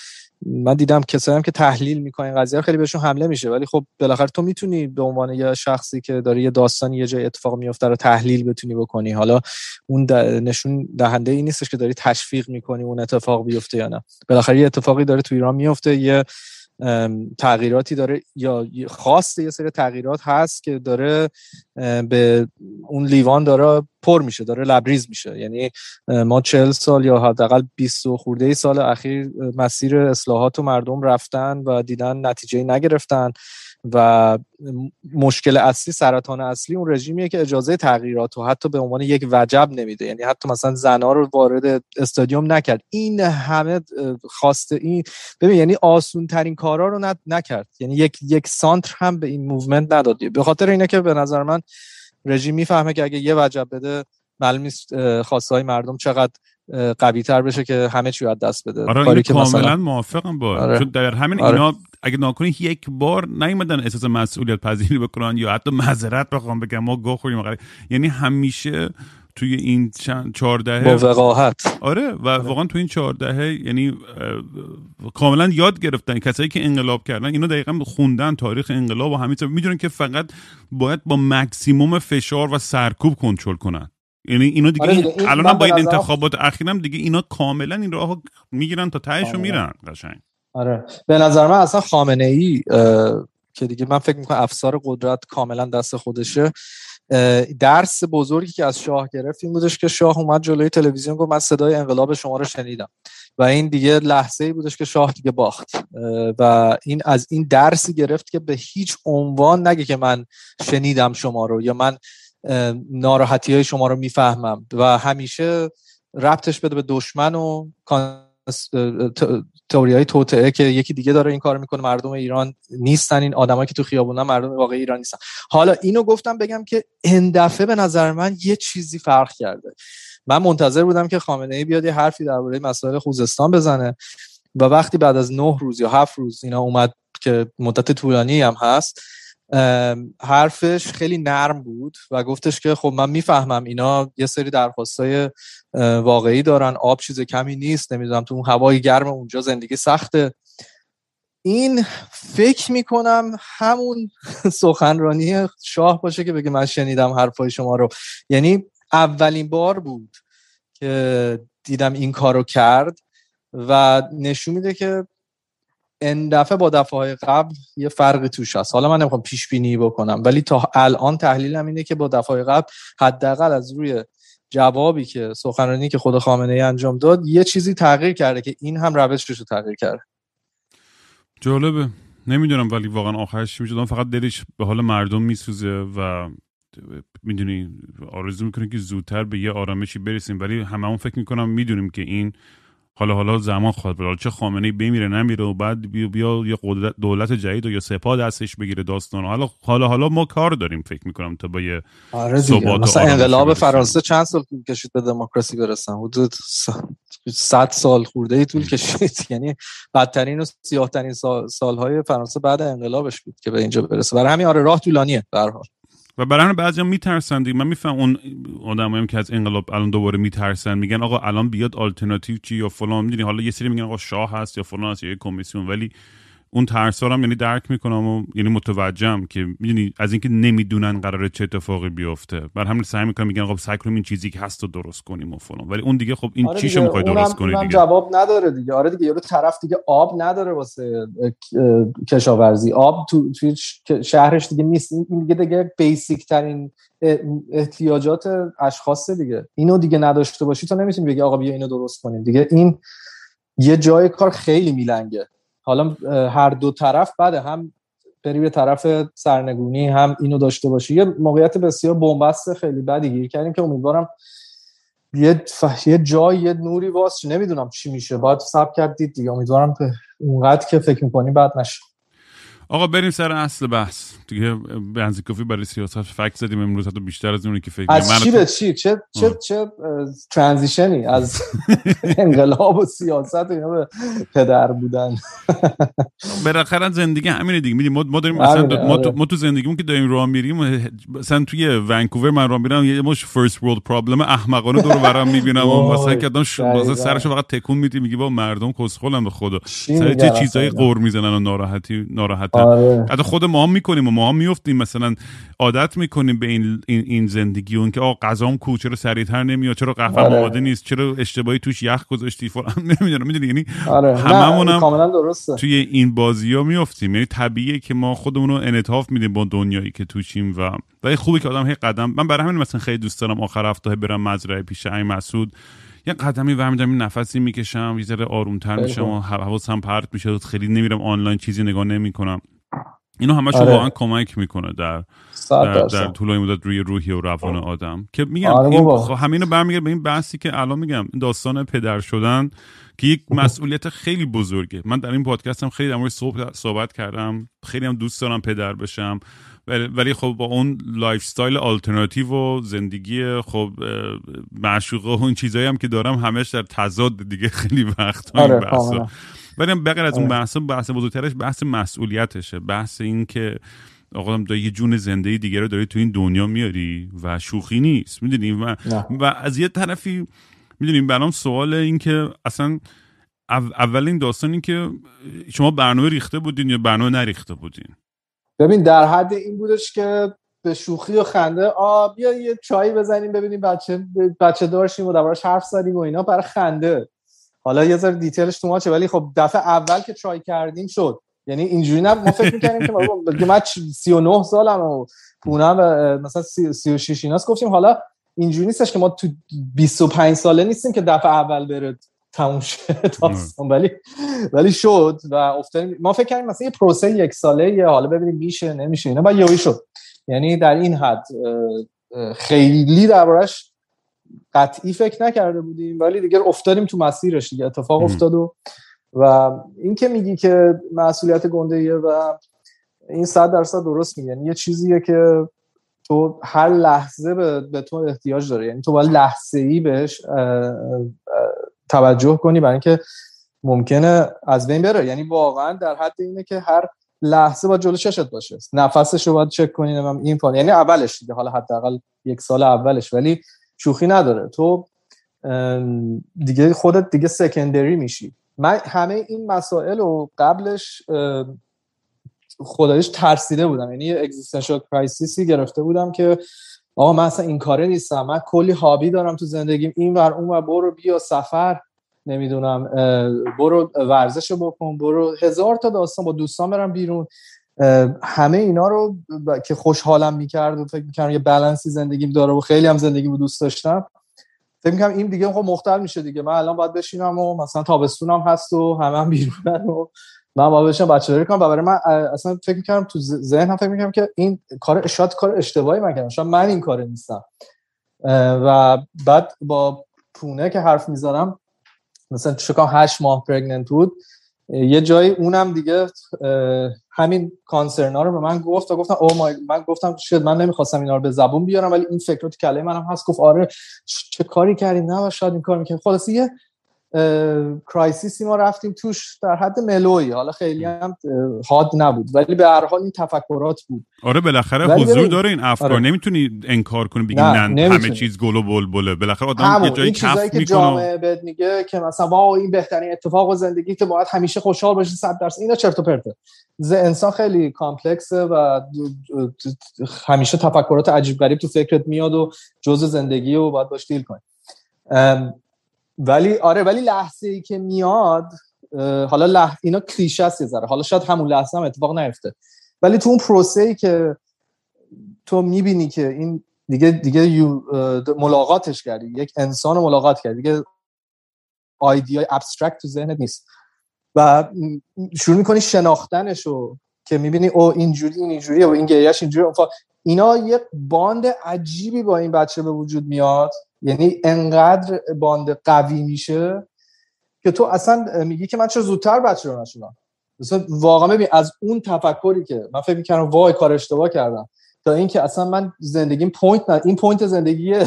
من دیدم کسایی هم که تحلیل میکنن قضیه خیلی بهشون حمله میشه، ولی خب بالاخره تو میتونی به عنوان یه شخصی که داره یه داستانی یه جای اتفاق میفته رو تحلیل بتونی بکنی. حالا اون نشون دهنده این نیستش که داری تشویق میکنی اون اتفاق بیفته یا نه. بالاخره یه اتفاقی داره تو ایران میفته، یه تغییراتی داره یا خاصه، یه سری تغییرات هست که داره به اون لیوان داره پر میشه، داره لبریز میشه. یعنی ما چهل سال یا حداقل بیست و خورده ای سال اخیر مسیر اصلاحات و مردم رفتن و دیدن نتیجه نگرفتن و مشکل اصلی، سرطان اصلی اون رژیمیه که اجازه تغییرات و حتی به عنوان یک وجب نمیده. یعنی حتی مثلا زنا رو وارد استادیوم نکرد. این همه خواسته این ببین، یعنی آسون ترین کارا رو نکرد. یعنی یک یک سانتر هم به این موومنت نداد. به خاطر اینه که به نظر من رژیم میفهمه که اگه یه وجب بده معلوم نیست خواسته های مردم چقدر قوی تر بشه که همه چی از دست بده. آره کاری که کاملا مثلا موافقم با آره. چون در همین آره. اینا اگه ناکنی یک بار نیومدن احساس مسئولیت پذیری بکنن یا حتی معذرت بخوام بگم ما گو خوریم آخری. یعنی همیشه توی این چهار دهه با وقاحت آره و آره. واقعا توی این چهار دهه یعنی کاملا یاد گرفتن کسایی که انقلاب کردن. اینا دقیقاً خوندن تاریخ انقلاب و همین میدونن که فقط باید با ماکسیموم فشار و سرکوب کنترل کنن. یعنی اینا دیگه, آره دیگه این الان هم با این انتخابات اخیرم دیگه اینا کاملا این راهو میگیرن تا تهش رو میرن قشنگ. آره به نظر من اصلا خامنه ای که دیگه من فکر میکنم افسار قدرت کاملا دست خودشه، درس بزرگی که از شاه گرفت این بودش که شاه اومد جلوی تلویزیون گفت من صدای انقلاب شما رو شنیدم و این دیگه لحظه‌ای بودش که شاه دیگه باخت و این از این درسی گرفت که به هیچ عنوان نگه که من شنیدم شما رو یا من ناراحتی های شما رو میفهمم و همیشه ربطش بده به دشمن و تئوری های توطئه که یکی دیگه داره این کار میکنه، مردم ایران نیستن، این آدمایی که تو خیابونن مردم واقعی ایران نیستن. حالا اینو گفتم بگم که این دفعه به نظر من یه چیزی فرق کرده. من منتظر بودم که خامنه ای بیاد یه حرفی درباره مسائل خوزستان بزنه و وقتی بعد از نه روز یا هفت روز اینا اومد که مدت طولانی هم هست، حرفش خیلی نرم بود و گفتش که خب من میفهمم اینا یه سری درخواستای واقعی دارن، آب چیز کمی نیست، نمیدونم تو اون هوای گرم اونجا زندگی سخته. این فکر میکنم همون سخنرانی شاه باشه که بگه من شنیدم حرفای شما رو. یعنی اولین بار بود که دیدم این کارو کرد و نشون میده که این دفعه با دفعه‌های قبل یه فرقی توش هست. حالا من نمیخوام پیش بینی بکنم ولی تا الان تحلیلم اینه که با دفعه‌های قبل حداقل از روی جوابی که سخنرانی که خود خامنه ای انجام داد یه چیزی تغییر کرده که این هم روشش رو تغییر کرده. جالبه. نمیدونم ولی واقعا آخرش چی میشه. فقط دلش به حال مردم میسوزه و میدونی آرزو میکنه که زودتر به یه آرامشی برسیم، ولی هممون فکر میکنم میدونیم که این حالا حالا زمان خواهد بود. چه خامنه‌ای بمیره نمیره و بعد بیا, بیا یه دولت جدید و یا سپاه دستش بگیره داستان. حالا حالا حالا ما کار داریم فکر میکنم تا با یه آره ثبات. مثلا انقلاب فرانسه چند سال طول کشید به دموکراسی برسن؟ حدود صد سال خورده ای طول کشید. یعنی بدترین و سیاه‌ترین سال سالهای فرانسه بعد انقلابش بود که به اینجا برسه. برای همین آره راه طولانیه به هر حال. و برای همین بعضیا میترسن دیگه. من میفهم اون آدمایی که از انقلاب الان دوباره میترسن، میگن آقا الان بیاد آلترناتیو چی یا فلان. میدونی حالا یه سری میگن آقا شاه هست یا فلان هست یا یه کمیسیون، ولی اون ترسا رو هم یعنی درک میکنم و یعنی متوجهم که میدونی از اینکه نمیدونن قراره چه اتفاقی بیفته، برای همین سعی میکنن میگن آقا سعی کنیم این چیزی که هست رو درست کنیم و فلان، ولی اون دیگه خب این آره چیشو میخوای درست کنی دیگه جواب نداره دیگه. آره دیگه یارو طرف دیگه آب نداره واسه کشاورزی، آب تو توی شهرش دیگه نیست. این دیگه دیگه بیسیک ترین احتیاجات اشخاص دیگه. اینو دیگه نداشته باشی تو نمیتونی بگی آقا بیا اینو درست کنیم دیگه. این یه جای کار خیلی میلنگه. حالا هر دو طرف بده، هم بری به طرف سرنگونی هم اینو داشته باشی. یه موقعیت بسیار بنبست خیلی بدی گیر کردیم که امیدوارم یه ف... یه جای یه نوری واسه نمیدونم چی میشه، باید صبر کرد دید دیگه. امیدوارم که اونقدر که فکر می‌کنی بد نشه. آقا بریم سر اصل بحث دیگه. بنز کافی برای سیاست فکت زدیم امروز، حتی بیشتر از اونی که فکر می‌کنم. از چی به چی؟ چه چه چه ترانزیشنی از انقلاب و سیاست اینا به پدر بودن. بالاخره زندگی همینه دیگه. میدیم ما ما داریم مثلا ما تو, ما تو زندگیمون که داریم راه میریم، مثلا توی ونکوور من راه میرم یه مش فرست ورلد پرابلم احمقانه دور و برم میبینم و مثلا که آدم مثلا سرشو فقط تکون میدی میگی با مردم کسخلن به خدا، سر چه چیزایی قور میزنن و ناراحتی ناراحتن. آره. حتی خود ما هم میکنیم و ما هم میافتیم مثلا عادت میکنیم به این این, این زندگی اون که آقا غذام کو، چرا سریعتر نمیاد، چرا قهوه آره. آماده نیست، چرا اشتباهی توش یخ گذاشتی فلان نمیدونم. میدونی یعنی آره. هممون کاملا درسته توی این بازی‌ها میافتیم. یعنی طبیعیه که ما خودمون رو انعطاف میدیم با دنیایی که توشیم و ولی خوبه که آدم هی قدم، من برای همین مثلا خیلی دوست دارم آخر هفته برم مزرعه پیش عین مسعود، یه قدمی برمی‌دارم، این نفسی میکشم، یه ذره آروم‌تر میشم و حواسم پرت میشه، خیلی نمیرم آنلاین چیزی نگاه نمیکنم. اینو همشون آره. واقعا کمک میکنه در در, در طولانی مدت روی روحی و روان آدم. که میگم آره این خب همینو برمیگرده به این بحثی که الان میگم، داستان پدر شدن که یک مسئولیت خیلی بزرگه. من در این پادکستم خیلی در مورد صحبت کردم، خیلی هم دوست دارم پدر بشم، ولی خب با اون لایف استایل آلترناتیو و زندگی خب معشوقه و اون چیزایی هم که دارم همش در تضاد دیگه خیلی وقتا این بحثا. ولی بغیر از اون بحث بحث بزرگترش بحث مسئولیتشه، بحث این که آقا داری یه جون زندگی دیگه رو داری تو این دنیا میاری و شوخی نیست، میدونی. و, و از یه طرفی میدونیم برام سوال این که اصلا اول این داستان این که شما برنامه ریخته بودین یا برنامه نریخته بودین؟ ببین در حد این بودش که به شوخی و خنده آ بیا یه چایی بزنیم ببینیم بچه بچه دارشیم و دربارش حرف زدیم و اینا، برای خنده. حالا یه ذره دیتیلش تو ماچه، ولی خب دفعه اول که ترای کردیم شد. یعنی اینجوری نه ما فکر می‌کردیم که بابا من سی و نه سالمه و پونم مثلا سی و شش ایناست، گفتیم حالا اینجوری نیستش که ما تو بیست و پنج ساله نیستیم که دفعه اول بره تموم شه داستان، ولی ولی شد و افتادیم. ما فکر کردیم مثلا یه پروسه یک ساله یه حالا ببینیم میشه نمیشه اینا، بعد یهویی شد. یعنی در این حد خیلی دربارش قطعی فکر نکرده بودیم، ولی دیگه افتادیم تو مسیرش دیگه، اتفاق افتاد. و و این که میگی که مسئولیت گنده‌ایه و این صد درصد درست میگی. یعنی یه چیزیه که تو هر لحظه به, به تو احتیاج داره، یعنی تو باید لحظه‌ای بهش اه اه توجه کنی برای اینکه ممکنه از بین بره. یعنی واقعا در حد اینه که هر لحظه باید جلو چشت باشه، نفسش رو باید چک کنی. نمیم این پان یعنی اولش دیگه، حالا حداقل یک سال اولش، ولی شوخی نداره. تو دیگه خودت دیگه سکندری میشی. من همه این مسائل رو قبلش خدایش ترسیده بودم، یعنی یه اگزیستانشال کرایسیسی گرفته بودم که آقا من اصلا این کاره نیستم، من کلی هابی دارم تو زندگیم، این ور اون ور، برو بیا سفر، نمیدونم برو ورزش بکن، برو هزار تا داستان، با دوستان برم بیرون. همه اینا رو ب... که خوشحالم میکرد و فکر میکردم یه بالانسی زندگیم داره و خیلی هم زندگیمو دوست داشتم، فکر میکنم این دیگه خب مختل میشه دیگه. من الان باید بشینم و مثلا تابستونم هست و همه هم بیرونن و من باید بشینم بچه‌داری کنم. و برای من اصلا فکر میکردم تو ذهنم فکر میکردم که این کار شاید کار اشتباهی من کردم، شاید من این کار نیستم. و بعد با پونه که حرف میزنم مثلا چکام هشت ماه پرگننت بود، یه جایی اونم دیگه همین کانسرنا رو به من گفت و گفتم او مای، من گفتم شاید من نمیخواستم اینا رو به زبون بیارم، ولی این فکر رو تو کله منم هست. گفت آره چه کاری کردیم، نه شاید این کار میکنیم. خلاص یه کرایسیسی ما رفتیم توش در حد ملوی، حالا خیلی هم حاد نبود ولی به هر حال این تفکرات بود. آره بالاخره حضور داره این افکار. آره. نمیتونی انکار کنی بگی نه, نه همه چیز گل و بلبله. بالاخره آدم یه جایی کف میکنه. که جامعه بهت میگه که مثلا واو این بهترین اتفاق زندگی که باید همیشه خوشحال باشی صد درصد، اینا چرت و پرته. انسان خیلی کامپلکسه و همیشه تفکرات عجیب غریب تو فکرت میاد و جزء زندگی و باید باش دیل کنی. ولی آره ولی لحظه ای که میاد، حالا لح... اینا کلیشه است یه ذره، حالا شاید همون لحظه هم اتفاق نیفته، ولی تو اون پروسه ای که تو میبینی که این دیگه دیگه ملاقاتش کردی، یک انسان ملاقات کردی، دیگه ایده ابسترکت تو ذهنت نیست و شروع میکنی شناختنشو که میبینی او اینجوری این اینجوریه و این گریهش اینجوریه، اینا یک باند عجیبی با این بچه به وجود میاد. یعنی انقدر باند قوی میشه که تو اصلا میگی که من چرا زودتر بچه رو نشونم. مثلا واقعا ببین از اون تفکری که من فکر می‌کردم وای کار اشتباه کردم تا اینکه اصلا من زندگیم پوینت نه این پوینت زندگیه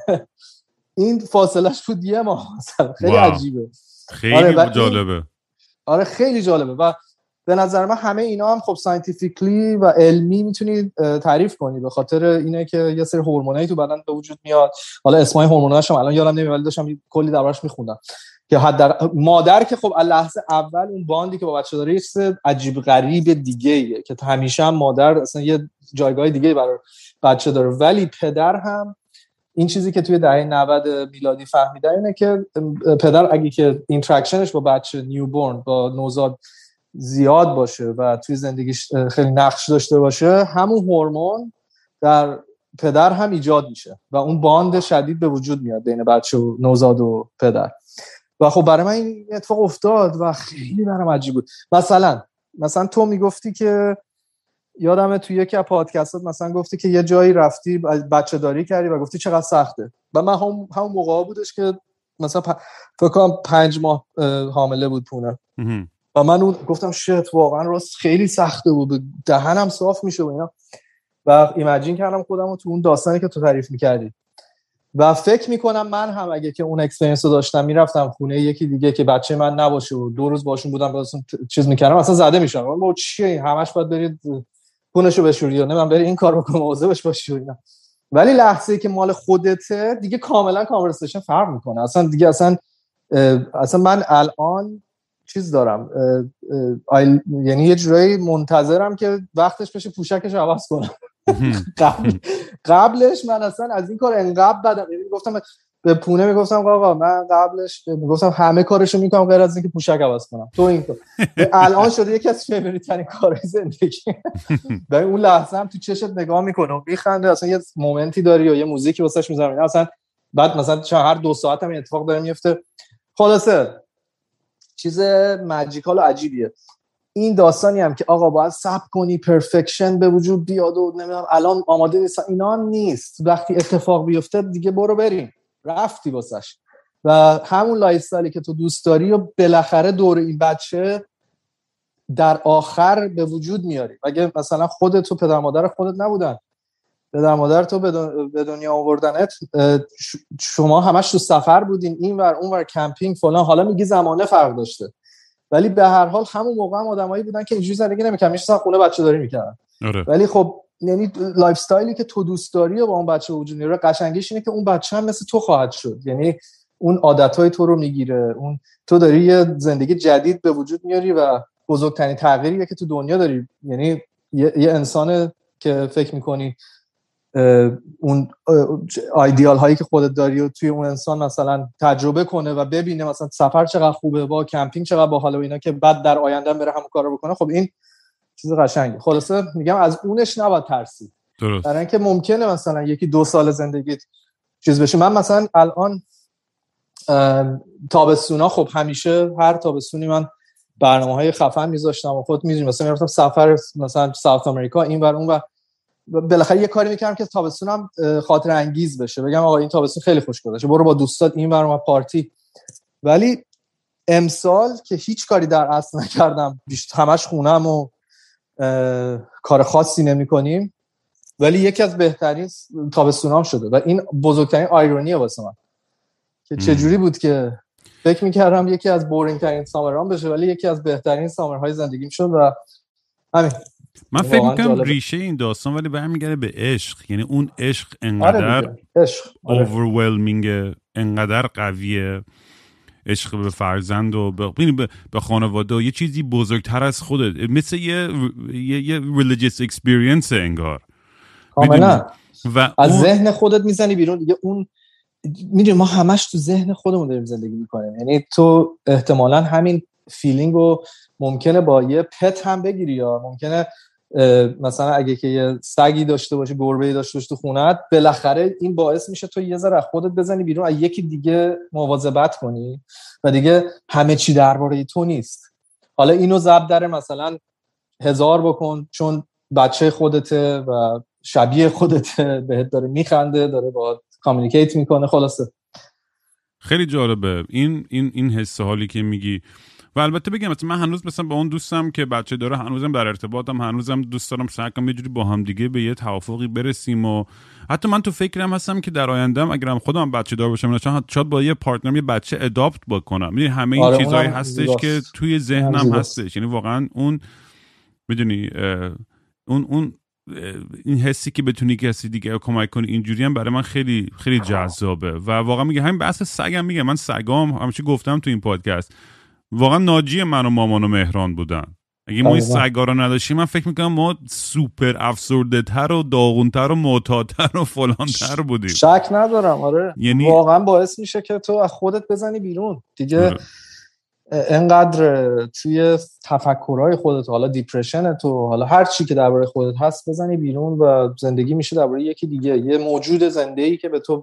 این فاصلهش بود یه ماه مثلا خیلی واو. عجیبه خیلی آره جالبه این... آره خیلی جالبه و به نظر من همه اینا هم خب ساینتیفیکلی و علمی میتونی تعریف کنی به خاطر اینه که یه سری هورمونایی تو بدن به وجود میاد. حالا اسمای هورموناش هم الان یادم نمیاد ولی داشتم کلی دربارش میخوندم که حد مادر که خب از لحظه اول اون باندی که با بچه داره یه چیز عجیب غریب دیگه‌ایه که همیشه هم مادر اصلا یه جایگاه دیگه‌ای برای بچه داره، ولی پدر هم این چیزی که توی دهه نود میلادی فهمیدن اینه که پدر اگه که اینتراکشنش با بچه نیوبورن با نوزاد زیاد باشه و توی زندگیش خیلی نقش داشته باشه همون هورمون در پدر هم ایجاد میشه و اون باند شدید به وجود میاد بین بچه و نوزاد و پدر. و خب برای من این اتفاق افتاد و خیلی برام عجیب بود. مثلا مثلا تو میگفتی که یادمه توی یکی از پادکستات مثلا گفتی که یه جایی رفتی بچه داری کردی و گفتی چقدر سخته و من هم همون موقع بودش که مثلا پ... فکر کنم پنج ماه حامله بود پونه و من اون گفتم شت واقعا راست خیلی سخته بود دهنم صاف میشه و اینا و ایمیجین کردم خودم رو تو اون داستانی که تو تعریف میکردی و فکر میکنم من هم اگه که اون اکسپریانس رو داشتم میرفتم خونه یکی دیگه که بچه من نباشه و دو روز باشون بودم واسه چیز میکردم اصلا زده میشم ما چیه همش باید برید خونشو بشوری نه من بری این کار بکنم مواظبش باشی اینا. ولی لحظه‌ای که مال خودته دیگه کاملا کانورسیشن فرق میکنه اصلا دیگه اصلا اصلا من الان چیز دارم اه، اه، یعنی یه جورایی منتظرم که وقتش بشه پوشکش عوض کنم. قبل قبلش من اصلا از این کار انقدر بدم یعنی گفتم به پونه میگفتم آقا من قبلش میگفتم همه کارشو میکنم غیر از اینکه پوشک عوض کنم تو این کار الان شده یکی از فیوریت ترین کارهای زندگی. و اون لحظه هم تو چشت نگاه میکنه و میخنده اصلا یه مومنتی داری و یه موزیکی واسش میذارم اصلا بعد مثلا هر دو ساعت هم اتفاق داره میفته. خلاصه چیز ماجیکال و عجیبیه این داستانی هم که آقا باید صبر کنی پرفکشن به وجود بیاد و نمیدونم الان آماده نیست اینا نیست. وقتی اتفاق بیفته دیگه برو بریم رفتی واسش و همون لایف استایلی که تو دوست داری و بالاخره دور این بچه در آخر به وجود میاری. اگه مثلا خودت و پدر مادر خودت نبودن پدر مادر تو به دنیا آوردنت شما همش تو سفر بودین اینور اونور کمپینگ فلان حالا میگی زمانه فرق داشته ولی به هر حال همون موقع هم آدمایی بودن که اینجوری زندگی نمی‌کردن میشستن خونه بچه داری می‌کردن. ولی خب یعنی لایف استایلی که تو دوست داری و با اون بچه وجود میاره قشنگیش اینه که اون بچه هم مثل تو خواهد شد یعنی اون عادت‌های تو رو میگیره اون تو داری یه زندگی جدید به وجود میاری و بزرگترین تغییریه که تو دنیا داری یعنی یه, یه انسان که فکر می‌کنی اون ایدئال هایی که خودت داری و توی اون انسان مثلا تجربه کنه و ببینه مثلا سفر چقدر خوبه با کمپینگ چقدر باحاله و اینا که بعد در آینده بره همون کارو بکنه خب این چیز قشنگه. خلاصه میگم از اونش نباید ترسید برای اینکه ممکنه مثلا یکی دو سال زندگیت چیز بشه. من مثلا الان تابستونا خب همیشه هر تابستونی من برنامه‌های خفن میذاشتم و خودت میدونی مثلا میرفتم سفر مثلا ساوت آمریکا این ور اون ور بالاخره یه کاری میکردم که تابستونم خاطر انگیز بشه بگم آقا این تابستون خیلی خوش گذشت برو با دوستات این ور اون پارتی. ولی امسال که هیچ کاری در اصل نکردم بیشتر همش خونم و کار خاصی نمی‌کنیم ولی یکی از بهترین تابستونام شده و این بزرگترین آیرونیه واسه من که چجوری بود که فکر می‌کردم یکی از بورینگ ترین سامرام بشه ولی یکی از بهترین سامرهای زندگیم شد و همین. من فکر میکنم ریشه این داستان ولی برمیگرده به عشق یعنی اون عشق انقدر overwhelming انقدر قویه عشق به فرزند و به, به خانواده و یه چیزی بزرگتر از خودت مثل یه یه, یه religious experience انگار کاملا و از اون... ذهن خودت میزنی بیرون دیگه اون میدونی ما همش تو ذهن خودمون داریم زندگی میکنیم یعنی تو احتمالاً همین فیلینگو ممکنه با یه پت هم بگیری یا ممکنه مثلا اگه که یه سگی داشته باشی گربه‌ای داشته باشی تو خونت بالاخره این باعث میشه تو یه ذره خودت بزنی بیرون از یکی دیگه مواظبت کنی و دیگه همه چی درباره تو نیست. حالا اینو ضرب در مثلا هزار بکن چون بچه خودته و شبیه خودته بهت داره میخنده داره باهات کامیونیکیت میکنه. خلاصه خیلی جالبه این این این حس حالی که میگی و البته بگم مثلا من هنوز مثلا با اون دوستم که بچه داره هنوزم در ارتباطم، هنوزم دوست دارم سعی کنم یه جوری با هم دیگه به یه توافقی برسیم و حتی من تو فکرم هستم که در آیندهم اگرم خودم بچه دار باشم مثلا شاید با یه پارتنرم یه بچه اداپت بکنم. میدونی همه این آره چیزایی هستش زیباست. که توی ذهنم هستش، یعنی واقعا اون میدونی اون اون این حسی که بتونی کسی دیگه کمک کنی اینجوری هم برای من خیلی خیلی جذابه. و واقعا میگه همین بحث سگم، میگه من سگام همیشه گفتم تو این پادکست واقعا ناجی من و مامان و مهران بودن. اگه ما این سگا رو نداشتیم من فکر میکنم ما سوپر افسرده تر و داغونتر و معتادتر و فلانتر بودیم. شک ندارم. آره یعنی واقعا باعث میشه که تو از خودت بزنی بیرون دیگه. آره. انقدر توی تفکرهای خودت، حالا دیپرشن تو، حالا هر چی که درباره خودت هست بزنی بیرون و زندگی میشه درباره یکی دیگه، یه موجود زنده‌ای که به تو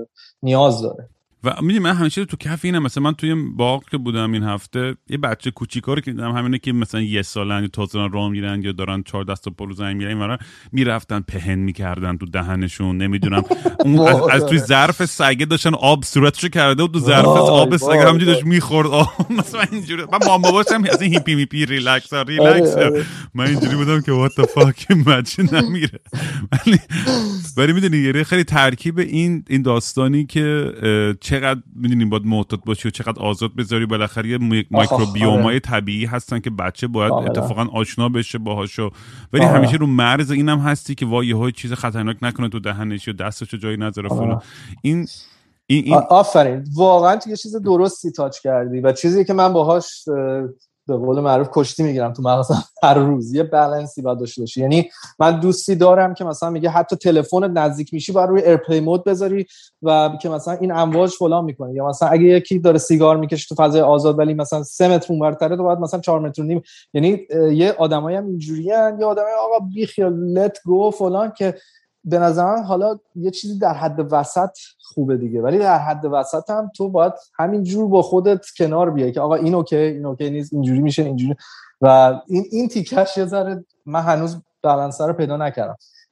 نیاز داره. و میدونی من همیشه تو کف اینم، مثلا من توی باغ که بودم این هفته یه بچه کوچیکا رو که دیدم، همینه که مثلا یه سالن یا تازه راه میرن یا دارن چهار دست و پلو زنگ میرن میرن میرفتن پهن میکردن تو دهنشون، نمیدونم اون از, از توی ظرف سگه داشتن آب صورتشو کرده و تو ظرف آب سگه همینجوری داشت میخورد آب. مثلا اینجوری من مام باباشم از این هیپی میپی ریلکس ریلکس من اینجوری بودم که وات the fuck بچه نمیره. ولی ولی میدونی یه خیلی ترکیب این این داستانی که چقدر میدونیم باید معتاد باشی و چقدر آزاد بذاری، بالاخره یه میکروبیومای طبیعی هستن که بچه باید آه اتفاقا آشنا بشه باهاشو، ولی آه. همیشه رو مرز اینم هستی که وای یهو چیز خطرناک نکنه تو دهنش یا دستشو جایی نذاره فلان. این این این آفرین، واقعا تو یه چیز درستی تاچ کردی و چیزی که من باهاش به قول معروف کشتی میگیرم تو مغزم هر روز. یه بالانسی باید داشته باشی. یعنی من دوستی دارم که مثلا میگه حتی تلفنت نزدیک میشی باید روی ایرپلی مود بذاری و که مثلا این امواج فلان میکنه، یا مثلا اگه یکی داره سیگار میکشه تو فضای آزاد ولی مثلا سه متر اونورتره تو باید مثلا چهار متر و نیم. یعنی یه آدمایی هم اینجوریان، یه آدمای آقا بی خیال لت گو فلان، که به نظر من حالا یه چیزی در حد وسط خوبه دیگه، ولی در حد وسط هم تو باید همین جور با خودت کنار بیای که آقا این اوکی این اوکی نیست، اینجوری میشه اینجوری. و این این تیکش یه ذره من هنوز بالانس رو پیدا نکردم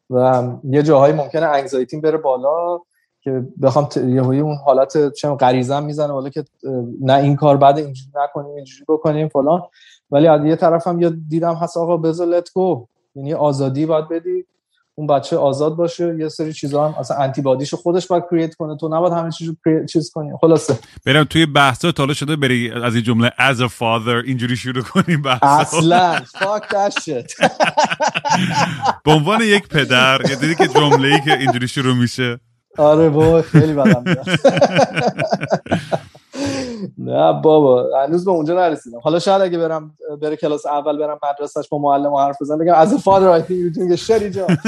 و یه جاهایی ممکنه انگزایتیم بره بالا که بخوام ت... یهویی اون حالت چم غریزه‌ام میزنه بالا که نه این کار بعد اینجوری نکنیم اینجوری بکنیم فلان. ولی از یه طرفم یا دیدم هست آقا بذار لت گو، یعنی آزادی باید بدی، اون بچه آزاد باشه، یه سری چیزا هم اصلا آنتی بادیشو خودش باید کرییت کنه، تو نباید همه چیزو چیز کنی. خلاصه بریم توی بحثا تا حالا شده بری از این جمله as a father اینجوری شروع کنیم بحثا؟ اصلا fuck that shit. به عنوان یک پدر یه دیدی که جمله‌ای که اینجوری شروع میشه آره بابا خیلی بدم میاد. نه بابا هنوز به اونجا نرسیدم. حالا شاید اگه برم بره کلاس اول برم مدرسهش با معلم حرف بزنم بگم as a father I think you're doing a shitty job.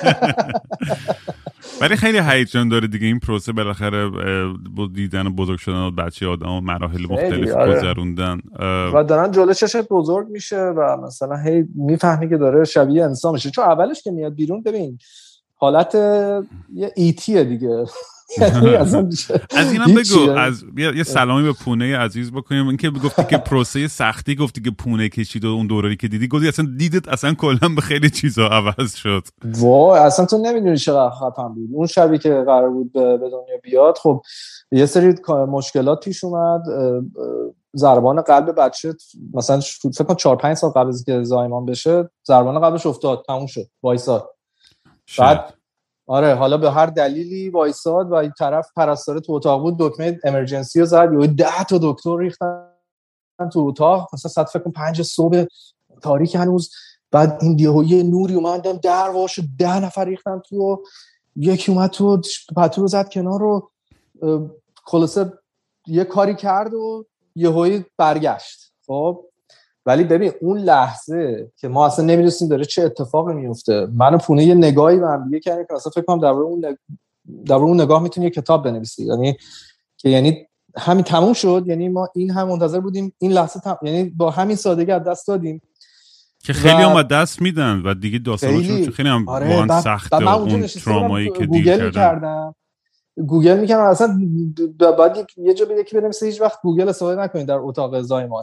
ولی خیلی هیجان داره دیگه این پروسه، بالاخره با دیدن و بزرگ شدن بچه آدم و مراحل مختلف گذروندن و دارن جلوی چشت بزرگ میشه و مثلا هی میفهمی که داره شبیه انسان میشه. چون اولش که میاد بیرون ببین حالت یه ایتیه دیگه. از اینم بگو، از یه سلامی به پونه عزیز بکنیم. اینکه گفتی که پروسه سختی، گفتی که پونه کشید و اون دوره‌ای که دیدی، گفتی اصلا دیدت اصلا کلا به خیلی چیزا عوض شد. وای اصلا تو نمیدونی چقدر خفن بود اون شبی که قرار بود به دنیا بیاد. خب یه سری مشکلات پیش اومد، ضربان قلب بچه مثلا فکر کنم چهار پنج سال قبل از که زایمان بشه ضربان قلبش افتاد، تموم شد، وایساد. بعد آره حالا به هر دلیلی وایساد و این طرف پرستاره تو اتاق بود، دکمه امرجنسی رو زد، یه ده تا دکتر ریختن تو اتاق، مثلا ساعت فکر کنم پنج صبح تاریک هنوز. بعد این دیهویه نوری اومدن در واش ده نفر ریختن تو، یکی اومد تو پتو رو زد کنار رو، خلاصه یه کاری کرد و یهویی برگشت. خب ولی ببین اون لحظه که ما اصلا نمی‌دونستیم داره چه اتفاقی میفته، من و پونه یه نگاهی به هم دیگه کردیم که اصلا فکر کنم درباره اون نگ... درباره اون نگاه میتونی یه کتاب بنویسی. یعنی که یعنی همین تموم شد، یعنی ما این هم منتظر بودیم این لحظه تم... یعنی با همین سادگی از دست دادیم که خیلی هم دست میدن و دیگه داستانشون خیلی هم آره واقعا سخته و اون ترامایی که دیگه کردن. گوگل میکنم اصلا بعد یه جا به یکی بنویسه هیچ وقت گوگل استفاده نکنید در اتاق زایمان.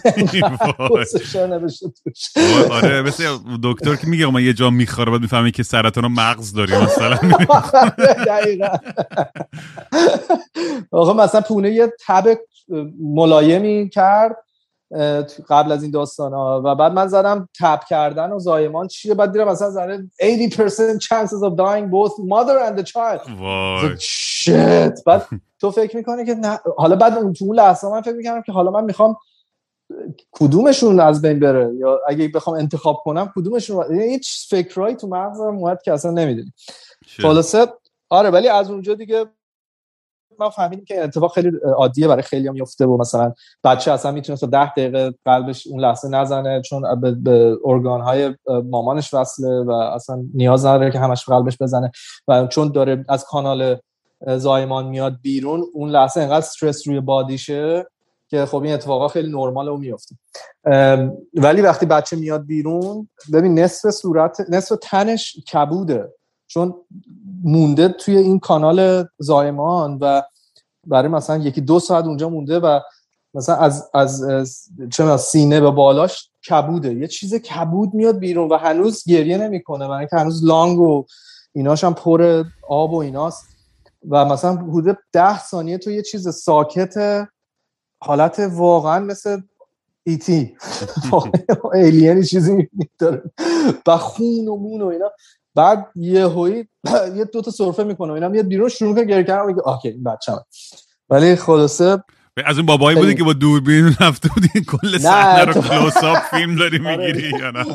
آره مثل دکتر که میگه ما یه جا میخوره بعد میفهمی که سرطان مغز داری مثلا. دقیقاً. آقا مثلا پونه یه تب ملایمی کرد قبل از این داستانا و بعد من زدم تپ کردن و زایمان چیه، بعد دیدم مثلا زده eighty percent chances of dying both mother and the child. وای شت. بعد تو فکر میکنی که نه، حالا بعد اون تو اون لحظه من فکر میکنم که حالا من میخوام کدومشون از بین بره یا اگه بخوام انتخاب کنم کدومشون، هیچ فکرایی تو مغزم اومد که اصلا نمیدونی. خلاصه آره، ولی از اونجا دیگه ما فهمیدیم که اتفاق خیلی عادیه برای خیلی‌ها میفته و مثلا بچه اصلا میتونه تا ده دقیقه قلبش اون لحظه نزنه چون به, به ارگان‌های مامانش وصله و اصلا نیاز نداره که همش قلبش بزنه و چون داره از کانال زایمان میاد بیرون اون لحظه انقدر استرس روی بادیشه که خب این اتفاقا خیلی نرماله و میفته. ولی وقتی بچه میاد بیرون ببین نصف صورت نصف تنش کبوده چون مونده توی این کانال زایمان و برای مثلا یکی دو ساعت اونجا مونده و مثلا از از, از چه سینه به بالاش کبوده، یه چیز کبود میاد بیرون و هنوز گریه نمیکنه برای اینکه هنوز لانگ و ایناش هم پر آب و ایناست و مثلا حدود ده ثانیه تو یه چیز ساکت حالت واقعا مثل ایتی ایلینی چیزی داره با خون و مون و اینا، بعد یه هوی یه دو تا سرفه میکنه اینا میاد بیرون شروع کنه گریه کردن میگه اوکی این بچه‌مه. ولی خلاصه از این بابایی بودی که با دوربین رفته بودی کل صحنه رو کلوز آپ فیلم داری میگیری یا نه؟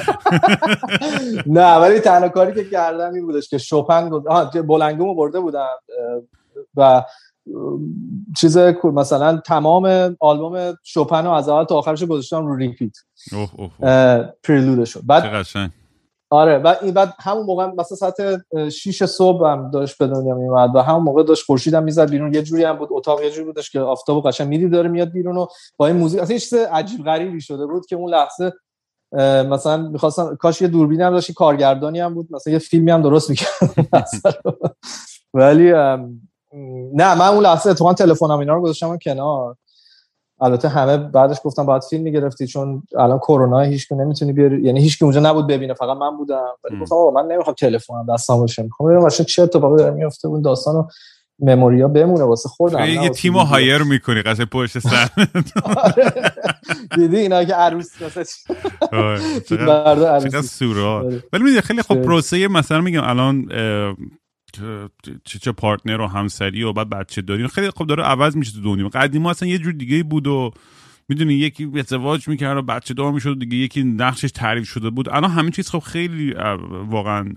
نه ولی تنها کاری که کردم این بودش که شوپن بود بولنگومو برده بودم و چیز مثلا تمام آلبوم شوپن رو از اول تا آخرش گذاشتم رو ریپیت پریلودشو. بعد قشنگ آره و این بعد همون موقع مثلا ساعت شش صبح هم داشت به دنیا میومد و همون موقع داشت خورشید هم میزد بیرون، یه جوری هم بود اتاق یه جوری بودش که آفتابو قشنگ میدید داره میاد بیرون و با این موزیک اصلا چیز عجیب غریبی شده بود که اون لحظه مثلا می‌خواستم کاش یه دوربینی هم داشت، کارگردانی هم بود مثلا یه فیلمی هم درست می‌کرد ولی نه من اون لحظه اتفاقا تلفنم اینا رو گذاشتم کنار. البته همه بعدش گفتم باید فیلم میگرفتی چون الان کرونا هیچ کی نمیتونی بیاری، یعنی هیچ کی اونجا نبود ببینه فقط من بودم. ولی گفتم آقا من نمیخوام تلفنم دستم باشه، میخوام ببینم اصلا چه اتفاقی داره میفته اون داستانو مموریا بمونه واسه خودم. یه تیمو هایر میکنی قصد پشت سر دیدی اینا که عروس واسه چقدر سورا. ولی میدونی خیلی خب پروسه مثلا میگم الان چه چه پارتنر و همسری و بعد بچه داری خیلی خب داره عوض میشه تو دنیا. قدیما اصلا یه جور دیگه بود و میدونی یکی ازدواج میکرد و بچه دار میشد دیگه یکی نقشش تعریف شده بود. الان همین چیز خب خیلی واقعا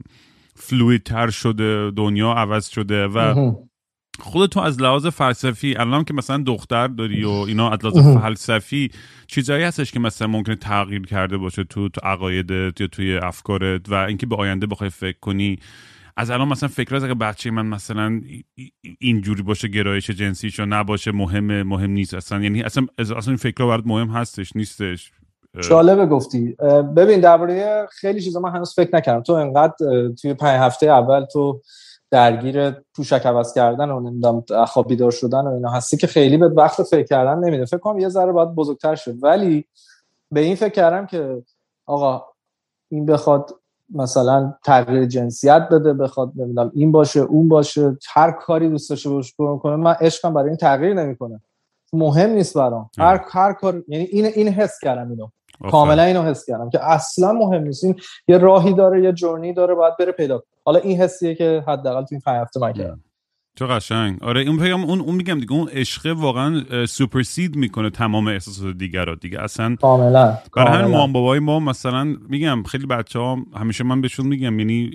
فلوید تر شده، دنیا عوض شده و خودت تو از لحاظ فلسفی الان که مثلا دختر داری و اینا از لحاظ فلسفی چیزایی هستش که مثلا ممکنه تغییر کرده باشه تو تو عقایدت یا توی افکارت و اینکه به آینده بخوای فکر کنی از الان مثلا فکر از اگه بچه من مثلا اینجوری باشه گرایش جنسیشو نباشه مهمه مهم نیست اصلا، یعنی اصلا اصلا این فکرها برات مهم هستش نیستش؟ جالبه گفتی. ببین درباره خیلی چیزا من هنوز فکر نکردم. تو انقدر توی پنج هفته اول تو درگیر پوشک عوض کردن و نمیدونم خواب بیدار شدن و اینا هستی که خیلی به وقت فکر کردن نمیده. فکر کنم یه ذره باید بزرگتر شد. ولی به این فکر کردم که آقا این بخواد مثلا تغییر جنسیت بده، بخواد نمیدونم این باشه اون باشه، هر کاری دوست داشته باشه کنه، من عشقم برای این تغییر نمیکنه، مهم نیست برام. هر هر کار، یعنی این این حس کردم اینو آفر. کاملا اینو حس کردم که اصلا مهم نیست، این یه راهی داره یه جورنی داره باید بره پیدا. حالا این حسیه که حداقل تو این پنج هفته من کردم. چه قشنگ. آره اون پیام اون اون میگم دیگه اون عشق واقعا سوپرسید میکنه تمام احساسات دیگر رو دیگه اصلا کاملا. برای همین مام بابای ما مثلا میگم خیلی بچه‌ها همیشه من بهشون میگم یعنی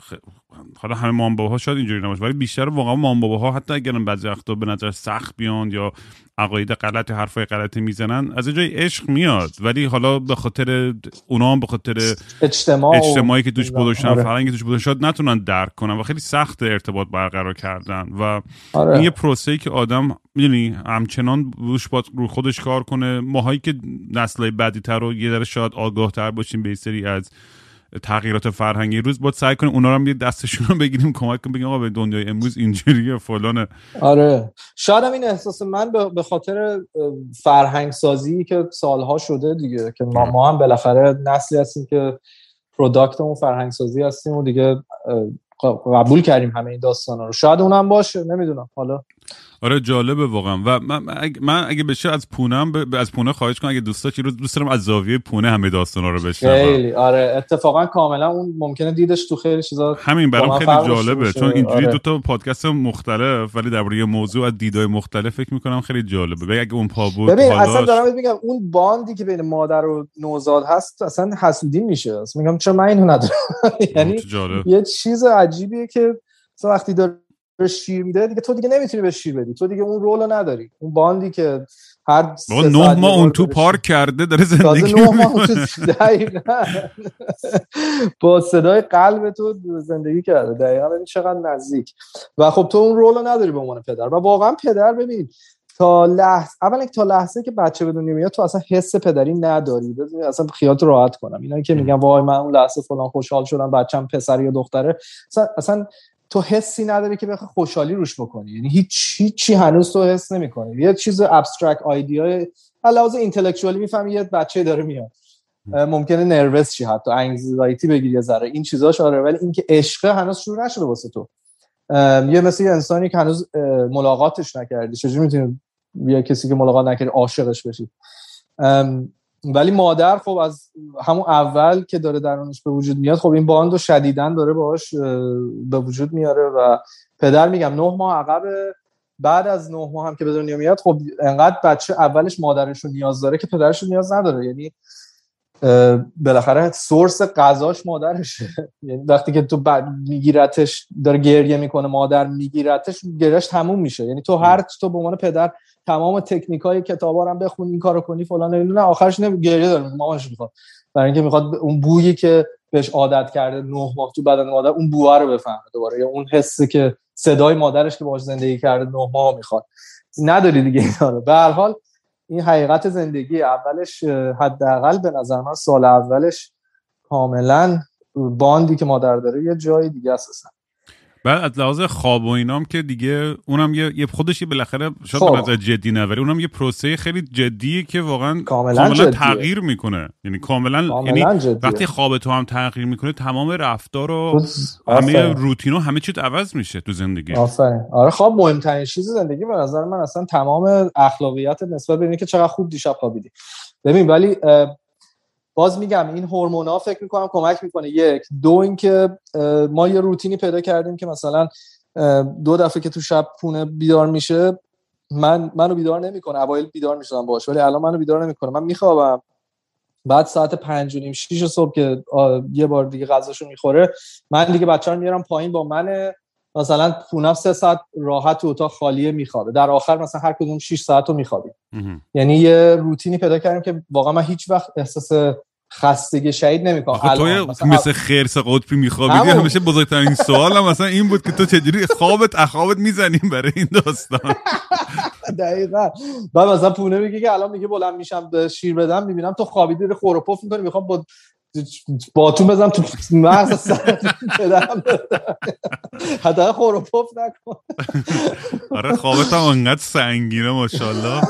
حالا همه مام باباها شاید اینجوری نباشه ولی بیشتر واقعا مام باباها حتی اگر بعضی وقتا به نظر سخت بیان یا عقاید غلط حرفای غلطی میزنن از جای عشق میاد، ولی حالا به خاطر اونا هم به خاطر اجتماع اجتماعی که توش بودن آره. فرهنگی توش بودن شاید نتونن درک کنن و خیلی سخت ارتباط برقرار کردن و آره. این یه پروسه‌ای که آدم میدونی همچنان روش باید رو خودش کار کنه. ماهایی که نسل‌های بعدی‌تر رو یه ذره شاید آگاه‌تر باشیم به این سری از تغییرات فرهنگی روز باید سعی کنیم اونا رو هم یه دستشون رو بگیریم کمک کنیم بگیم آقا به دنیای امروز اینجوریه فلانه. آره شاید هم این احساس من به خاطر فرهنگ سازی که سالها شده دیگه که ما, ما هم بالاخره نسلی هستیم که پروداکتمون فرهنگ سازی هستیم و دیگه قبول کردیم همه این داستانا رو. شاید اونم باشه نمیدونم. حالا آره جالبه واقعا. و من, من اگه بشه از پونه‌ام ب... از پونه خواهش کنم اگه دوستا چی رو دوست دارم از زاویه پونه همه داستانا رو بشنوم. خیلی آره اتفاقا کاملا اون ممکنه دیدش تو خیلی چیزا همین برام خیلی جالبه چون اینجوری آره. دو تا پادکست مختلف ولی درباره یه موضوع از دیدای مختلف فکر می‌کنم خیلی جالبه. ببین اگه اون پا بود ببین حالاش... اصلا دارم میگم اون باندی که بین مادر و نوزاد هست اصلا حسودی میشه. اصلا میگم چرا من اینو ندارم. یعنی یه چیز عجیبیه که مثلا وقتی داره شیر میده دیگه تو دیگه نمیتونی به شیر بدی، تو دیگه اون رولو نداری. اون باندی که هر سه نه ماه اون تو پارک کرده داره زندگی میکنه با صدای قلب تو زندگی کرده دقیقاً. ببین چقدر نزدیک. و خب تو اون رولو نداری به عنوان پدر. و واقعا پدر ببین تا لحظه اولا تا لحظه که بچه به دنیا میاد تو اصلا حس پدری نداری. ببین اصلا خیالت راحت کنم اینا که میگن وای من اون لحظه فلان خوشحال شدم بچه‌م پسر یا دختره، اصلا, اصلا تو حسی نداری که بخوای خوشحالی روش بکنی. یعنی هیچ هیچی هنوز تو حس نمی‌کنی. یه چیز ابسترکت ایده علاوه اینتלקچوالی میفهمی یه بچه داره میاد، ممکنه نروس شی حتی انگزایتی بگیری یه ذره این چیزاش آره، ولی اینکه عشق هنوز شروع نشده واسه تو. یه مثل یه انسانی که هنوز ملاقاتش نکردی چجوری میتونی یه کسی که ملاقات نکردی عاشقش بشی؟ ولی مادر خب از همون اول که داره درونش به وجود میاد خب این باندو شدیداً داره باهاش به وجود میاره. و پدر میگم نه ماه عقب، بعد از نه ماه هم که به دنیا میاد خب انقدر بچه اولش مادرش رو نیاز داره که پدرش رو نیاز نداره. یعنی بالاخره سورس غذاش مادرشه. یعنی وقتی که تو بعد میگیرتش داره گریه میکنه مادر میگیرتش گریهش تموم میشه. یعنی تو هر تو به عنوان پدر تمام تکنیکای کتابا رو هم بخون این کارو کنی فلان نه آخرش نه گریه داره مامانش میخواد، برای اینکه میخواد اون بویی که بهش عادت کرده نه ماه تو بدن مادر اون بوها رو بفهمه دوباره، یا اون حسی که صدای مادرش که باهاش زندگی کرده نه ماه میخواد. نداری دیگه اینا رو. به هر حال این حقیقت زندگی اولش حداقل به نظر من سال اولش کاملا باندی که مادر داره یه جای دیگه است. بعد از لحاظ خواب و اینام که دیگه اونم یه, یه خودش یه بالاخره شاید به نظر جدی نه ولی اونم یه پروسه خیلی جدیه که واقعا کاملا, کاملا تغییر میکنه. یعنی کاملا یعنی وقتی خواب تو هم تغییر میکنه تمام رفتار و همه روتین و همه چیز عوض میشه تو زندگی. آفرین. آره خواب مهمترین چیز زندگی به نظر من. اصلا تمام اخلاقیات نسبت به اینه که چقدر خوب دیشب خوابیدی. ببین ولی باز میگم این هورمونا فکر میکنم کمک میکنه. یک دو اینکه ما یه روتینی پیدا کردیم که مثلا دو دفعه که تو شب پونه بیدار میشه من منو بیدار نمیکنه. اوایل بیدار میشدم باهاش ولی الان منو بیدار نمیکنه. من میخوابم بعد ساعت پنج و نیم شیش صبح که یه بار دیگه غذاشو میخوره من دیگه بچه‌ها رو میارم پایین با من، مثلا پونم سه ساعت راحت تو اتاق خالیه میخوابه. در آخر مثلا هر کدوم شش ساعت رو میخوابیم. یعنی یه روتینی پیدا کردیم که واقعا من هیچ وقت احساس خستگی شدید نمیکنم. تو مثلا مثل خرس قطبی میخوابیدی همیشه بزرگترین سوالم مثلا این بود که تو چجوری خوابت اخوابت میزنیم برای این داستان. دقیقاً. بعد مثلا پونه میگه که الان میگه بلند میشم به شیر بدم میبینم تو خوابیدی رو خور و پف میکنی میخوام با باتون بزنم تو مغز سرت بدم حتی خور و پف نکن. آره خوابت هم انقدر سنگینه ماشاءالله.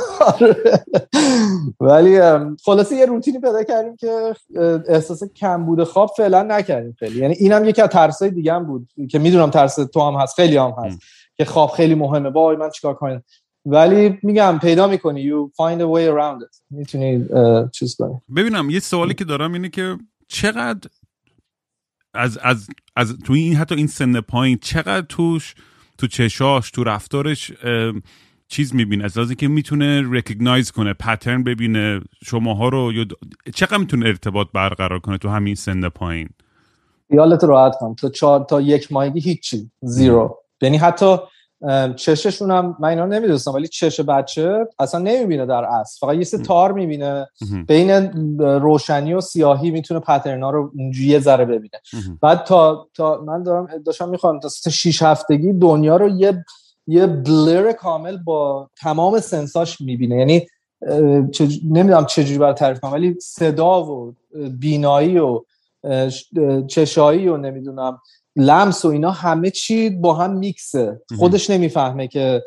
ولی خلاصه یه روتینی پیدا کردیم که احساس کمبود خواب فعلا نکردیم خیلی. یعنی اینم یکی از ترسای دیگه هم بود که میدونم ترس تو هم هست خیلی هم هست ام. که خواب خیلی مهمه وای من چیکار کنم، ولی میگم پیدا میکنی you find a way around it. میتونی چیز کنی. ببینم یه سوالی که دارم اینه که چقدر از از از تو این حتی این سن پایین چقدر توش تو چشاش تو رفتارش چیز میبینه از لحاظی که میتونه ریکگنایز کنه پترن ببینه شماها رو، یا چقدر میتونه ارتباط برقرار کنه تو همین سن پایین؟ خیالت راحت کن تا چهار تا یک ماهگی هیچی زیرو. یعنی حتی چششون هم من اینا نمیدونستم ولی چش بچه اصلا نمیبینه در اصل، فقط یه سه تار میبینه بین روشنی و سیاهی میتونه پترنا رو اونجوری یه ذره ببینه. بعد تا تا من دارم داشتم میخوام تا شش هفتگی دنیا رو یه یه بلر کامل با تمام سنساش میبینه. یعنی چج... نمیدونم چجوری برای تعریف کنم ولی صدا و بینایی و چشایی و نمیدونم لمس و اینا همه چی با هم میکسه. خودش نمیفهمه که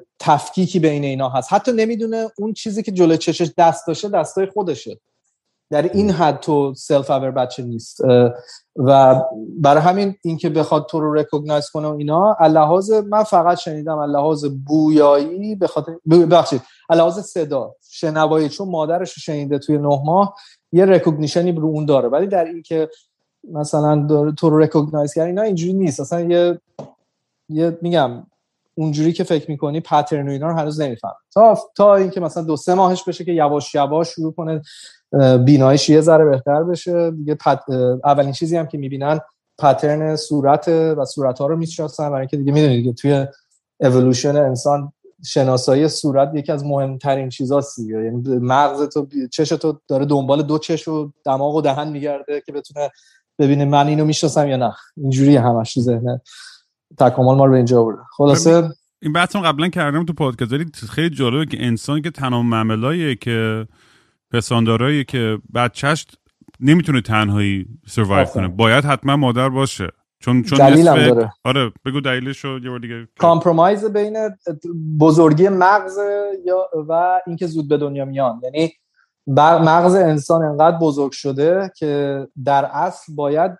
تفکیکی بین اینا هست، حتی نمیدونه اون چیزی که جلوی چشش دست داشه دستای خودشه. در این حد تو سلف اور بچه نیست و برای همین اینکه بخواد تو رو ریکگنایز کنه و اینا، لحاظ من فقط شنیدم لحاظ بویایی، به خاطر ببخشید لحاظ صدا شنوایی، چون مادرش رو شنیده توی نه ماه یه ریکگنیشنی رو اون داره، ولی در این که مثلا تو رو ریکگنایز کنه اینا اینجوری نیست اصلا. یه یه میگم اونجوری که فکر میکنی پترن و اینا رو هنوز نمیفهم تا تا اینکه مثلا دو سه ماهش بشه که یواش یواش شروع کنه بیناییش یه ذره بهتر بشه دیگه. پت... اولین چیزی هم که میبینن پترن صورت و صورت‌ها رو میشناسن، برای اینکه دیگه میدونید که توی اِوولوشن انسان شناسایی صورت یکی از مهمترین چیزاست دیگه. یعنی مغز تو چش تو داره دنبال دو چش و دماغ و دهن میگرده که بتونه ببینه من اینو میشناسم یا نه. اینجوری همش تو ذهن تکامل ما رو به اینجا آورده. خلاصه این بحثم قبلا کردم تو پادکست، ولی خیلی جالبه که انسان که تنها معاملاییه که پساندارایی که بچه‌ش نمیتونه تنهایی سروایو کنه، باید حتما مادر باشه. چون چون دلیلم داره. آره بگو دلیلشو یه بار دیگه. کامپرومایز بین بزرگی مغز یا و اینکه زود به دنیا میان. یعنی مغز انسان انقدر بزرگ شده که در اصل باید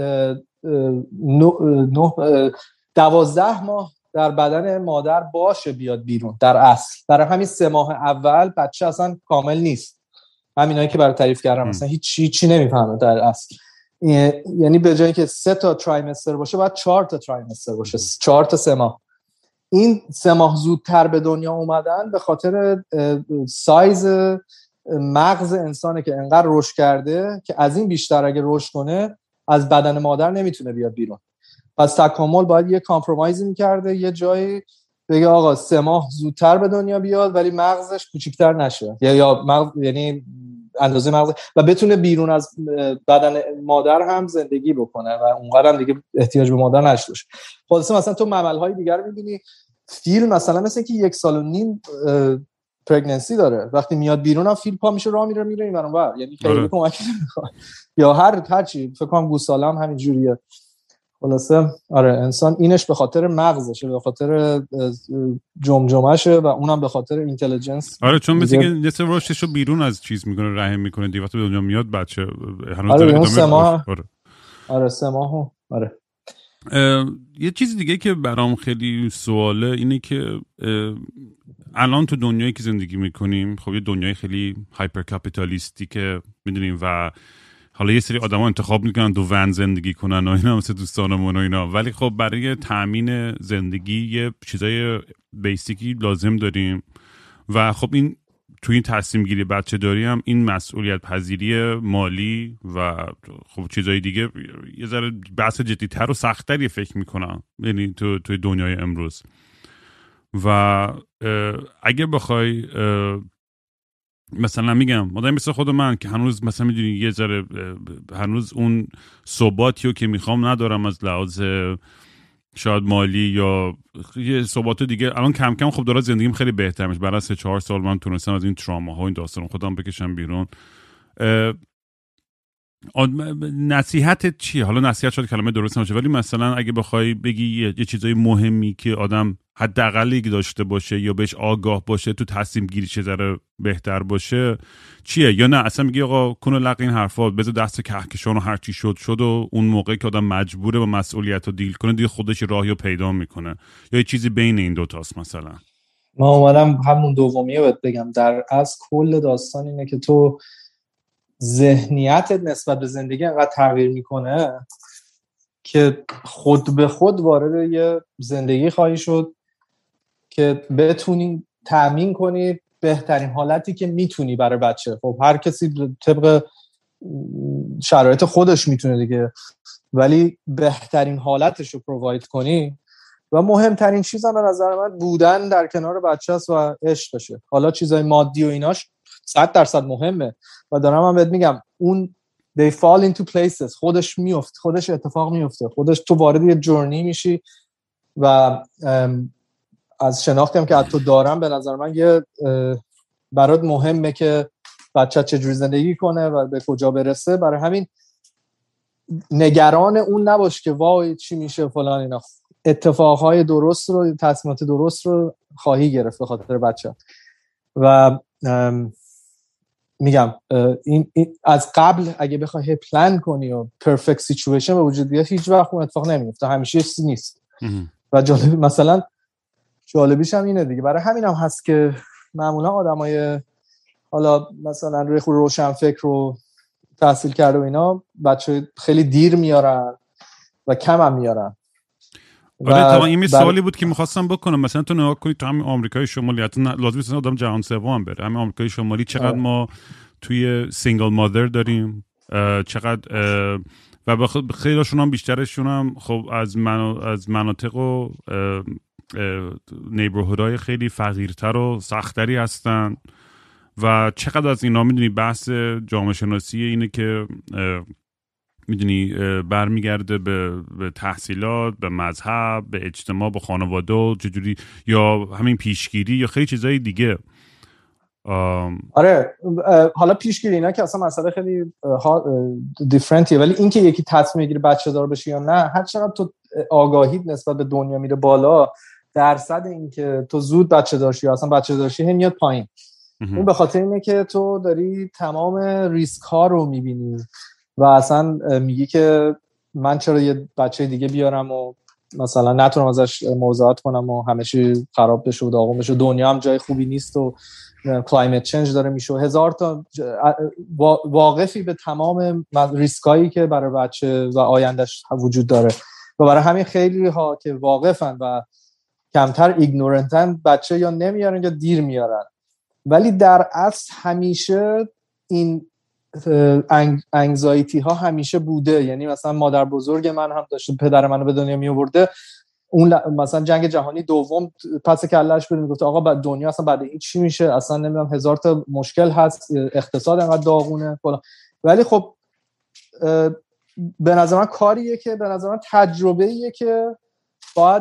دوازده ماه در بدن مادر باشه بیاد بیرون در اصل. برای همین سه ماه اول بچه اصلا کامل نیست. همینایی که برای تعریف کردم مثلا هیچ چی نمیفهمه در اصل. یعنی به جای که سه تا ترایمستر باشه باید چهار تا ترایمستر باشه، چهار تا سه ماه. این سه ماه زودتر به دنیا اومدن به خاطر سایز مغز انسانه که انقدر رشد کرده که از این بیشتر اگه رشد کنه از بدن مادر نمیتونه بیاد بیرون. پس تکامل باید یه کامپرومایزی میکرده، یه جایی بگه آقا سه ماه زودتر به دنیا بیاد ولی مغزش کوچیک‌تر نشه، یا یا مغز یعنی اندازه مغز و بتونه بیرون از بدن مادر هم زندگی بکنه و اونقدر هم دیگه احتیاج به مادر نشه. خلاصه مثلا تو ممل‌های دیگر رو می‌بینی فیل مثلا مثلا که یک سال و نیم پرگننسی داره، وقتی میاد بیرون هم فیل پا میشه راه میره میره این ور، یعنی خیلی کمک نمی‌کنه. یا هر هر چی فکر کنم گوساله هم همین جوریه. خلاصه آره انسان اینش به خاطر مغزشه، به خاطر جمجمه‌شه و اونم به خاطر اینتلیجنس. آره چون مثل که نصف رشدشو بیرون از چیز میکنه، رحم میکنه دیگه، وقتی به دنیا میاد بچه هنوز آره داره سه ماه. آره آره سه ماهو. آره یه چیز دیگه که برام خیلی سواله اینه که الان تو دنیایی که زندگی میکنیم خب یه دنیای خیلی هایپر کاپیتالیستی که میدونیم و حالا یه سری آدما انتخاب میکنن دو ون زندگی کنن و اینا مثل دوستانمون و اینا، ولی خب برای تأمین زندگی یه چیزای بیسیکی لازم داریم و خب این تو این تصمیم گیری بچه داری هم این مسئولیت پذیری مالی و خب چیزای دیگه یه ذره بحث جدی‌تر و سخت‌تری فکر میکنم یعنی تو توی دنیای امروز. و اگه بخوای مثلا میگم آدم مثل خود من که هنوز مثلا میدونی یه ذره هنوز اون ثباتیو که میخوام ندارم از لحاظ شاید مالی یا یه ثبات دیگه، الان کم کم خب داره زندگیم خیلی بهتر میشه. بعد از سه چهار سال من تونستم از این تراما ها این داستان خودم بکشم بیرون. نصیحت چیه؟ حالا نصیحت شاید کلمه درست نباشه ولی مثلا اگه بخوای بگی یه چیزای مهمی که آدم حداقلی داشته باشه یا بهش آگاه باشه تو تصمیم گیری چه ذره بهتر باشه چیه؟ یا نه اصلا میگی آقا کنو لق این حرفا بذار دست کهکشان و هر چی شد شد و اون موقع که آدم مجبوره با مسئولیت رو دیل کنه دیگه خودش راهیو پیدا میکنه، یا یه چیزی بین این دو تاست؟ مثلا ما اومدم همون دومیه بهت بگم. در از کل داستان اینه که تو ذهنیتت نسبت به زندگی انقدر تغییر میکنه که خود به خود وارد یه زندگی خواهی شد که بتونی تأمین کنی بهترین حالتی که میتونی برای بچه. خب هر کسی طبق شرایط خودش میتونه دیگه، ولی بهترین حالتش رو پروواید کنی. و مهمترین چیز هم به نظر من بودن در کنار بچه است و عشقشه. حالا چیزای مادی و ایناش صد درصد مهمه و دارم من بهت میگم اون they fall into places، خودش میفته، خودش اتفاق میفته، خودش تو وارد یه جورنی میشی. و از شناختی هم که از تو دارم به نظر من یه برات مهمه که بچه چجوری زندگی کنه و به کجا برسه. برای همین نگران اون نباش که وای چی میشه فلان اینا. اتفاقهای درست رو، تصمیمات درست رو خواهی گرفت به خاطر بچه. و میگم این, این از قبل اگه بخوای پلان کنی و پرفکت سیچویشن به وجود بیاد هیچ وقت اون اتفاق نمیفته، همیشه چیزی نیست. و جالب مثلا جالبیش هم اینه دیگه، برای همین هم هست که معمولا آدمای حالا مثلا روی خود روشن فکر رو تحصیل کرده و اینا بچه خیلی دیر میارن و کم هم میارن. آره طبعا این سوالی بود که میخواستم بکنم. مثلا تو نگاه کنید تو همین آمریکای شمالی، حتی لازم نیست آدم جهان سوم بره، همین آمریکای شمالی چقدر آره. ما توی سینگل مادر داریم، چقدر و خیلی هاشون هم بیشترشون هم خب از من از مناطق و نیبرهودهای خیلی فقیرتر و سختری هستن و چقدر از اینا میدونی بحث جامعه شناسی اینه که میدونی برمیگرده به, به تحصیلات، به مذهب، به اجتماع، به خانواده چجوری، یا همین پیشگیری یا خیلی چیزای دیگه. آم... آره حالا پیشگیری اینا که اصلا مسئله خیلی دیفرنتیه، ولی این که یکی تصمیم میگیره بچه دار بشه یا نه، هر چقدر تو آگاهیت نسبت به دنیا میره بالا، درصد این که تو زود بچه دارشی یا اصلا بچه دارشی هم میاد پایین. اون به خاطر اینه که تو داری تمام ریسک ها رو میبینی و اصلا میگی که من چرا یه بچه دیگه بیارم و مثلا نتونم ازش مواظبت کنم و همه چی خراب بشه و داغون بشه، دنیا هم جای خوبی نیست و کلایمت چنج داره میشه، هزار تا واقفی به تمام ریسکایی که برای بچه و آیندهش وجود داره. و برای همین خیلی ها که واقفن و کمتر ایگنورنتن بچه یا نمیارن یا دیر میارن. ولی در اصل همیشه این انگزایتی ها همیشه بوده. یعنی مثلا مادر بزرگ من هم داشته، پدر منو به دنیا می آورده، اون مثلا جنگ جهانی دوم پس کلهش بود، میگفت آقا بعد دنیا اصلا بعد این چی میشه، اصلا نمیدونم هزار تا مشکل هست، اقتصاد انقدر داغونه فلان. ولی خب به نظر من کاریه که به نظر من تجربه‌ایه که باید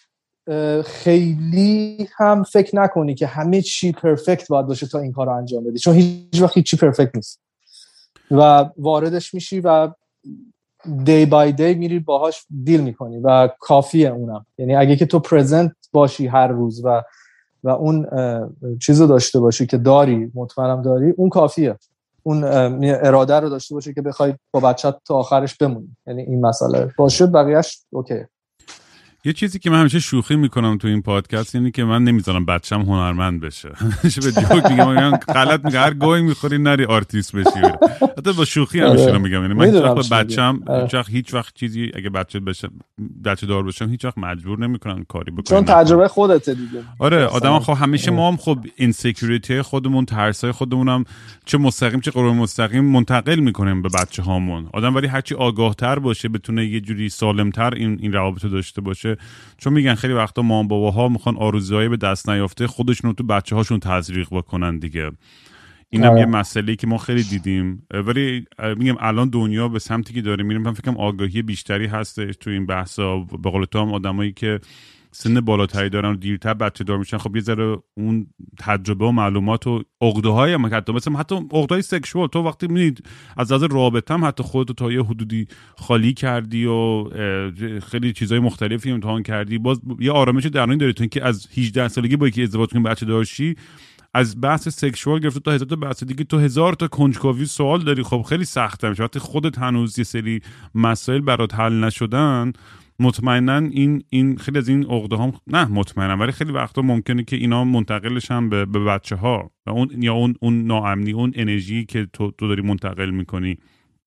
خیلی هم فکر نکنی که همه چی پرفکت باید باشه تا این کارو انجام بدی، چون هیچ وقت هیچ چی پرفکت نیست و واردش میشی و دی بای دی میری باهاش دیل میکنی و کافیه اونم. یعنی اگه که تو پرزنت باشی هر روز و و اون چیزو داشته باشی که داری، مطمئنم داری، اون کافیه. اون اراده رو داشته باشی که بخوای با بچت تا آخرش بمونی. یعنی این مسئله باشه، بقیه‌اش اوکی. یه چیزی که من همیشه شوخی میکنم تو این پادکست اینه که من نمیذارم بچه‌م هنرمند بشه. همیشه به جوک میگم میگم غلط میگه، هر گوی میخوری نری آرتیست بشی. حتی با شوخی همیشه رو میگم، یعنی من هیچ وقت بچه‌م هیچ وقت هیچ وقت چیزی اگه بچه بشه بچه دار بشم هیچ وقت مجبور نمیکنن کاری بکنن، چون تجربه خودته دیگه. آره آدم خب همیشه ما هم خب اینسکیوریتی خودمون، ترسای خودمونم چه مستقیم چه غیر مستقیم منتقل میکنیم به بچه‌هامون. آدم ولی هرچی آگاه‌تر باشه بتونه یه جوری سالم‌تر این این روابط داشته باشه. چون میگن خیلی وقتا مام باباها میخوان آرزوهای به دست نیافته خودشون رو تو بچه‌هاشون تزریق بکنن دیگه. اینم آه. یه مسئله‌ای که ما خیلی دیدیم، ولی میگم الان دنیا به سمتی که داره میره، من فکر کنم آگاهی بیشتری هستش تو این بحثا. به قول تو هم آدمایی که سن بالاتری دارن و دیرتر بچه دار میشن، خب یه ذره اون تجربه و معلومات و عقده‌های هم حتی مثلا حتی عقده‌های سکشوال، تو وقتی می‌بینید از از رابطه هم حتی خودتو تا یه حدودی خالی کردی و خیلی چیزای مختلفی امتحان کردی، باز یه آرامش درونی داری. تو اینکه از هجده سالگی با یکی ازدواج کنی بچه دارشی، از بحث سکشوال گرفته تا هزار تا بحث دیگه، تو هزار تا کنجکاوی سوال داری. خب خیلی سخته میشه وقتی خودت هنوز یه سری مسائل برات حل نشدن. مطمئنا این این خیلی از این عقده ها، نه مطمئنا، ولی خیلی وقتا ممکنه که اینا منتقلش هم به, به بچه ها و اون یا اون اون ناامنی، اون انرژی که تو تو داری منتقل میکنی.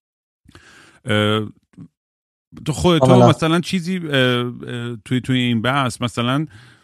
تو خودت تو مثلا چیزی اه اه توی توی این بحث مثلا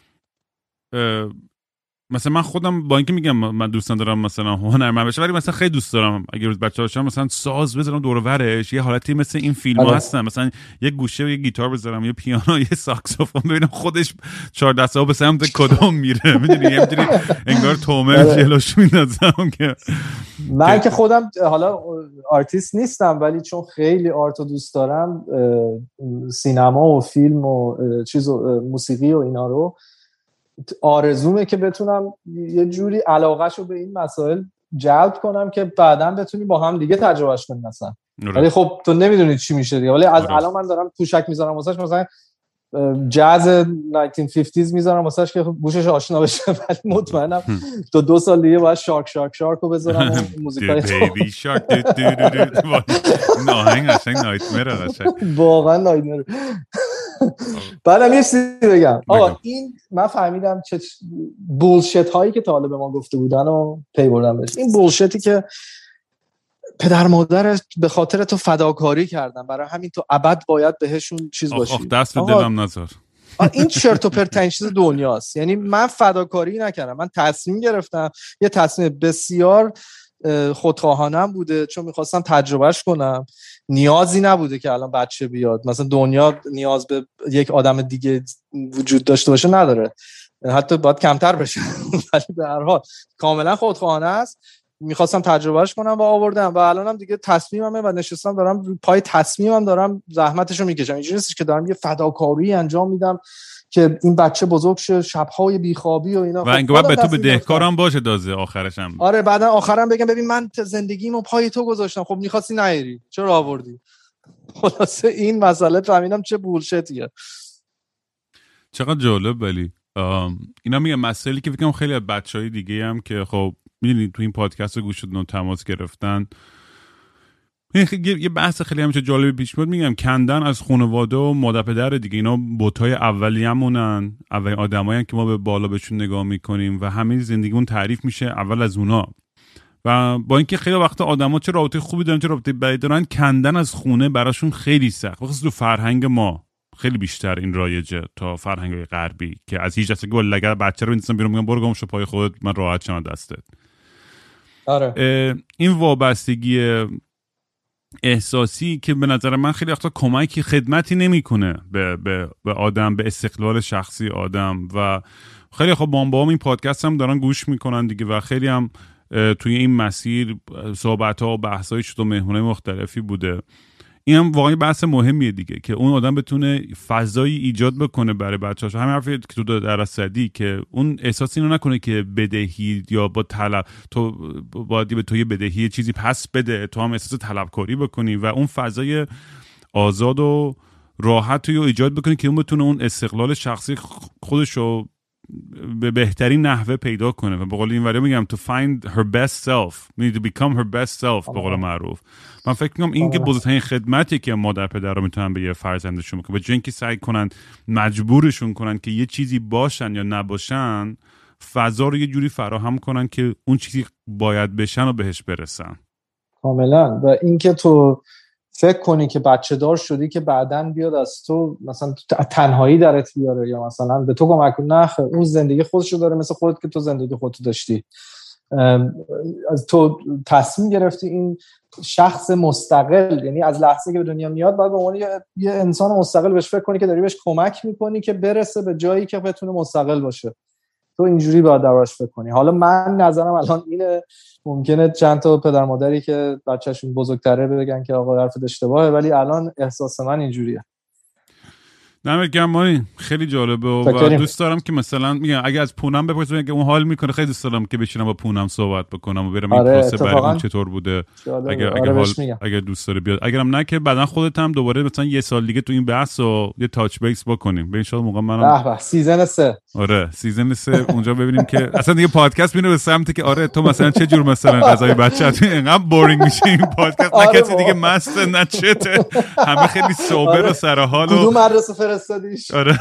مثلا من خودم با اینکه میگم من دوست ندارم مثلا هنرمند بشم، ولی مثلا خیلی دوست دارم اگه روز بچه‌ها باشم مثلا ساز بزنم دور و برش، یه حالتی مثل این فیلم‌ها هستن، مثلا یه گوشه و یه گیتار بزنم، یه پیانو، یه ساکسوفون، ببینم خودش چهار دسته ها به سمت کدوم میره. میدونی یه مدری انگار تومه جلوش میندازم که من که خودم حالا آرتیست نیستم، ولی چون خیلی آرتو دوست دارم، سینما و فیلم و چیز و موسیقی و اینا رو، آرزومه که بتونم یه جوری علاقهشو به این مسائل جلب کنم که بعداً بتونی با هم دیگه تجربهش کنیم مثلا. ولی خب تو نمیدونی چی میشه دیگه. ولی از الان من دارم پوشک میذارم واسش، مثلا جاز نایزده پنجاه میذارم واسش که گوشش آشنا بشه، ولی مطمئنم تو دو سال دیگه باید شارک شارک شارک رو بذارم و موزیکای بیبی شارک نه آهنگ قشنگ نایتمر قشنگ واقعا نایتمر. بعدم یه چیزی بگم آقا، این من فهمیدم چه بولشت هایی که تا حالا به ما گفته بودن و پی بردم بهش. این بولشتی که پدر مادرت به خاطر تو فداکاری کردن، برای همین تو ابد باید بهشون چیز باشی. آخ دست به دلم نذار. این چرت و پرت ترین چیز دنیاست. یعنی من فداکاری نکردم، من تصمیم گرفتم، یه تصمیم بسیار خودخواهانه بوده چون میخواستم تجربهش کنم. نیازی نبوده که الان بچه بیاد، مثلا دنیا نیاز به یک آدم دیگه وجود داشته باشه نداره، حتی باید کمتر بشه ولی به هر حال کاملا خودخواهانه است. میخواستم تجربهش کنم و آوردم و الانم دیگه تصمیممه و نشستم دارم پای تصمیمم دارم زحمتشو میکشم. اینجوری نیست که دارم یه فداکاری انجام میدم که این بچه بزرگ شه، شب‌های بیخوابی و اینا و اینکه بعد به تو بدهکارم باشه دازه آخرش هم. آره بعدن آخرام بگم ببین من زندگیمو پای تو گذاشتم، خب می‌خواستی نیاری چرا آوردی؟ خلاصه این مسئله فهمیدم چه بولشتیه. چقدر جالب. ولی اینا میگم مسئله که فکر کنم خیلی از بچهای دیگه هم که خب میدونید تو این پادکست رو گوش دادن و تماس گرفتن، یه بحث خیلی همیشه جالبی پیش میاد، میگم کندن از خانواده و مادر پدر دیگه. اینا بوتای اولیه‌مونن، اولین آدمایی که ما به بالا بهشون نگاه میکنیم و همه زندگیمون تعریف میشه اول از اونا. و با اینکه خیلی وقتا آدما چه رابطه خوبی دارن چه رابطه بدی دارن، کندن از خونه براشون خیلی سخت. خصوصا تو فرهنگ ما خیلی بیشتر این رایجه تا فرهنگ‌های غربی که از هیچ جسته گل لگد بچه رو میندازن بیرون میگن برو گم شو پای خودت، من راحت شم دستت. آره. این وابستگی احساسی که به نظر من خیلی وقتا کمکی خدمتی نمیکنه به به به آدم، به استقلال شخصی آدم. و خیلی خب بابام این پادکست هم دارن گوش میکنن دیگه و خیلی هم توی این مسیر صحبت‌ها و بحث‌های شد و مهمونای مختلفی بوده. این هم واقعا بحث مهمیه دیگه که اون آدم بتونه فضایی ایجاد بکنه برای بچه‌هاش. همین حرفی که تو درصدی که اون احساس اینو نکنه که بدهی یا با طلب تو باید به تو یه بدهی چیزی پس بده، تو هم احساس طلبکاری بکنی و اون فضای آزاد و راحت رو ایجاد بکنی که اون بتونه اون استقلال شخصی خودشو به بهترین نحوه پیدا کنه. و به قول این وری میگم to find her best self, need to become her best self به قول معروف. من فکر میکنم این که بزرگترین خدمتی که مادر پدر رو میتونن به یه فرزندشون بکنن، به جای اینکه سعی کنن مجبورشون کنن که یه چیزی باشن یا نباشن، فضا رو یه جوری فراهم کنن که اون چیزی باید بشن و بهش برسن. کاملا. و اینکه تو فکر کنی که بچه دار شدی که بعدن بیاد از تو مثلا تنهایی درت بیاره یا مثلا به تو کمک کنه، نه اون زندگی خودشو داره مثل خودت که تو زندگی خودتو داشتی. از تو تصمیم گرفتی این شخص مستقل، یعنی از لحظه که به دنیا میاد باید به عنوان یه انسان مستقل بهش فکر کنی که داری بهش کمک میکنی که برسه به جایی که بتونه مستقل باشه. تو اینجوری باید درش فکر کنی. حالا من نظرم الان اینه، ممکنه چند تا پدر مادری که بچه‌شون بزرگتره بگن که آقا حرفت اشتباهه، ولی الان احساس من اینجوریه. دمت گرم مانی، خیلی جالبه و, و دوست دارم که مثلا میگم اگه از پونم بپرسم که اون حال میکنه، خیلی دوست دارم که بشینم با پونم صحبت بکنم و برم این پروسه برای اون چطور بوده. اگر اگر حال اگر دوست داره بیاد، اگرم نه که بعدن خودت هم دوباره مثلا یه سال دیگه تو این بحث و یه تاچ بیس بکنیم. به ان شاء الله موقع منم به به سیزن سه. آره سیزن سه اونجا ببینیم که اصلا دیگه پادکست میره به سمتی که آره تو مثلا چه جور مثلا غذای بچه‌ت اینقدر بورینگ میشه این پادکست، نه کسی دیگه مست نه چته، همه خیلی سوبر و سر حال و کدوم مدرسه فرستادی؟ آره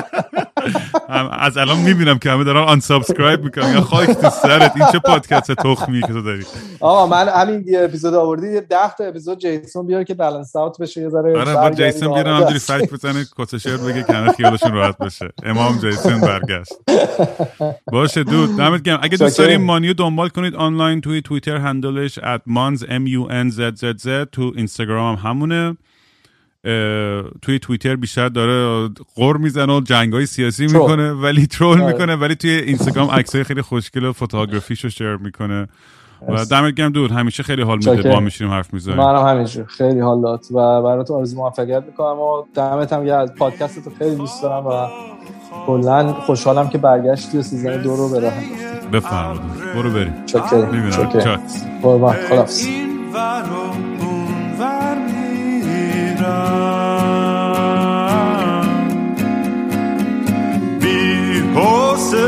از الان میبینم که همه دارن آن سابسکرایب میکنن یا خاک تو سرت، این چه پادکست تخمی که تو داری. آقا من همین یه اپیزود آوردی، یه ده تا اپیزود جیسون بیار که بالانس اوت بشه یه ذره. آره با جیسون بیارم همونجوری فک بزنه کس شعر بگه که همه خیالشون راحت بشه. امام جیسون برگشت. باشه دود دمت گرم. اگه دوست دارین مانیو دنبال کنید آنلاین توی توییتر هندلش ات مانز ام یو ان زد زد زد، تو اینستاگرام هم همونه. توی توییتر بیشتر داره قر میزنه و جنگای سیاسی میکنه ولی ترول میکنه، ولی توی اینستاگرام عکسای خیلی خوشگل و فوتوگرافیشو شیر میکنه و دمت گرم دود، همیشه خیلی حال میده با میشینیم حرف میزنیم. منم همینجور خیلی حال داد و برات آرزوی موفقیت میکنم و دمت هم. از پادکستت خیلی دوست دارم و کلا خوشحالم که برگشتی و سیزن دو رو به راه انداختی. بفرمایید برو بریم. چاکریم. چاکریم. قربان خلاص.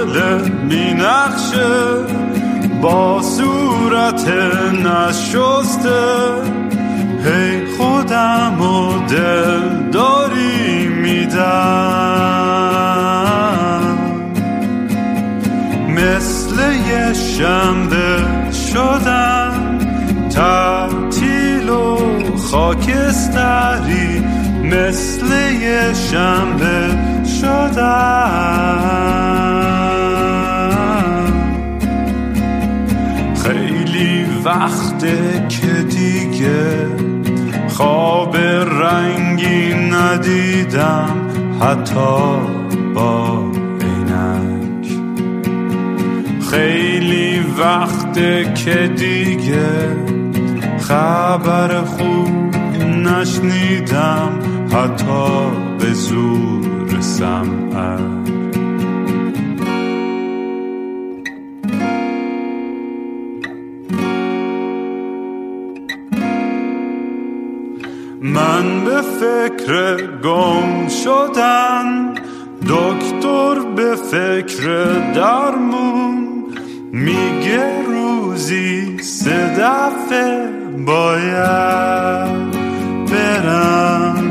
گل بی نقشه با صورت نشسته، هی خودم و دل داری میدم، مثل یه شنبه شدم تعطیل و خاکستری، مثل یه شنبه شدم. خیلی وقته که دیگه خواب رنگی ندیدم، حتی با عینک. خیلی وقته که دیگه خبر خوب نشنیدم، حتی به زور سمعک. من به فکر گم شدن، دکتر به فکر درمون، میگه روزی سه دفعه باید برم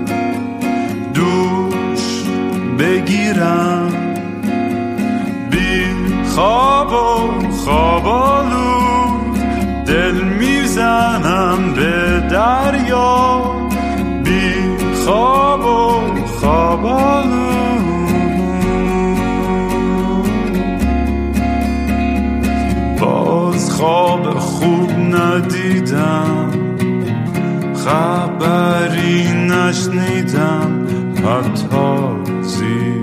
دوش بگیرم، بی خواب و خوابالود دل میزنم به دریا، بی خواب و خوابالود. باز خواب خوب ندیدم، خبری نشنیدم، حتی زیر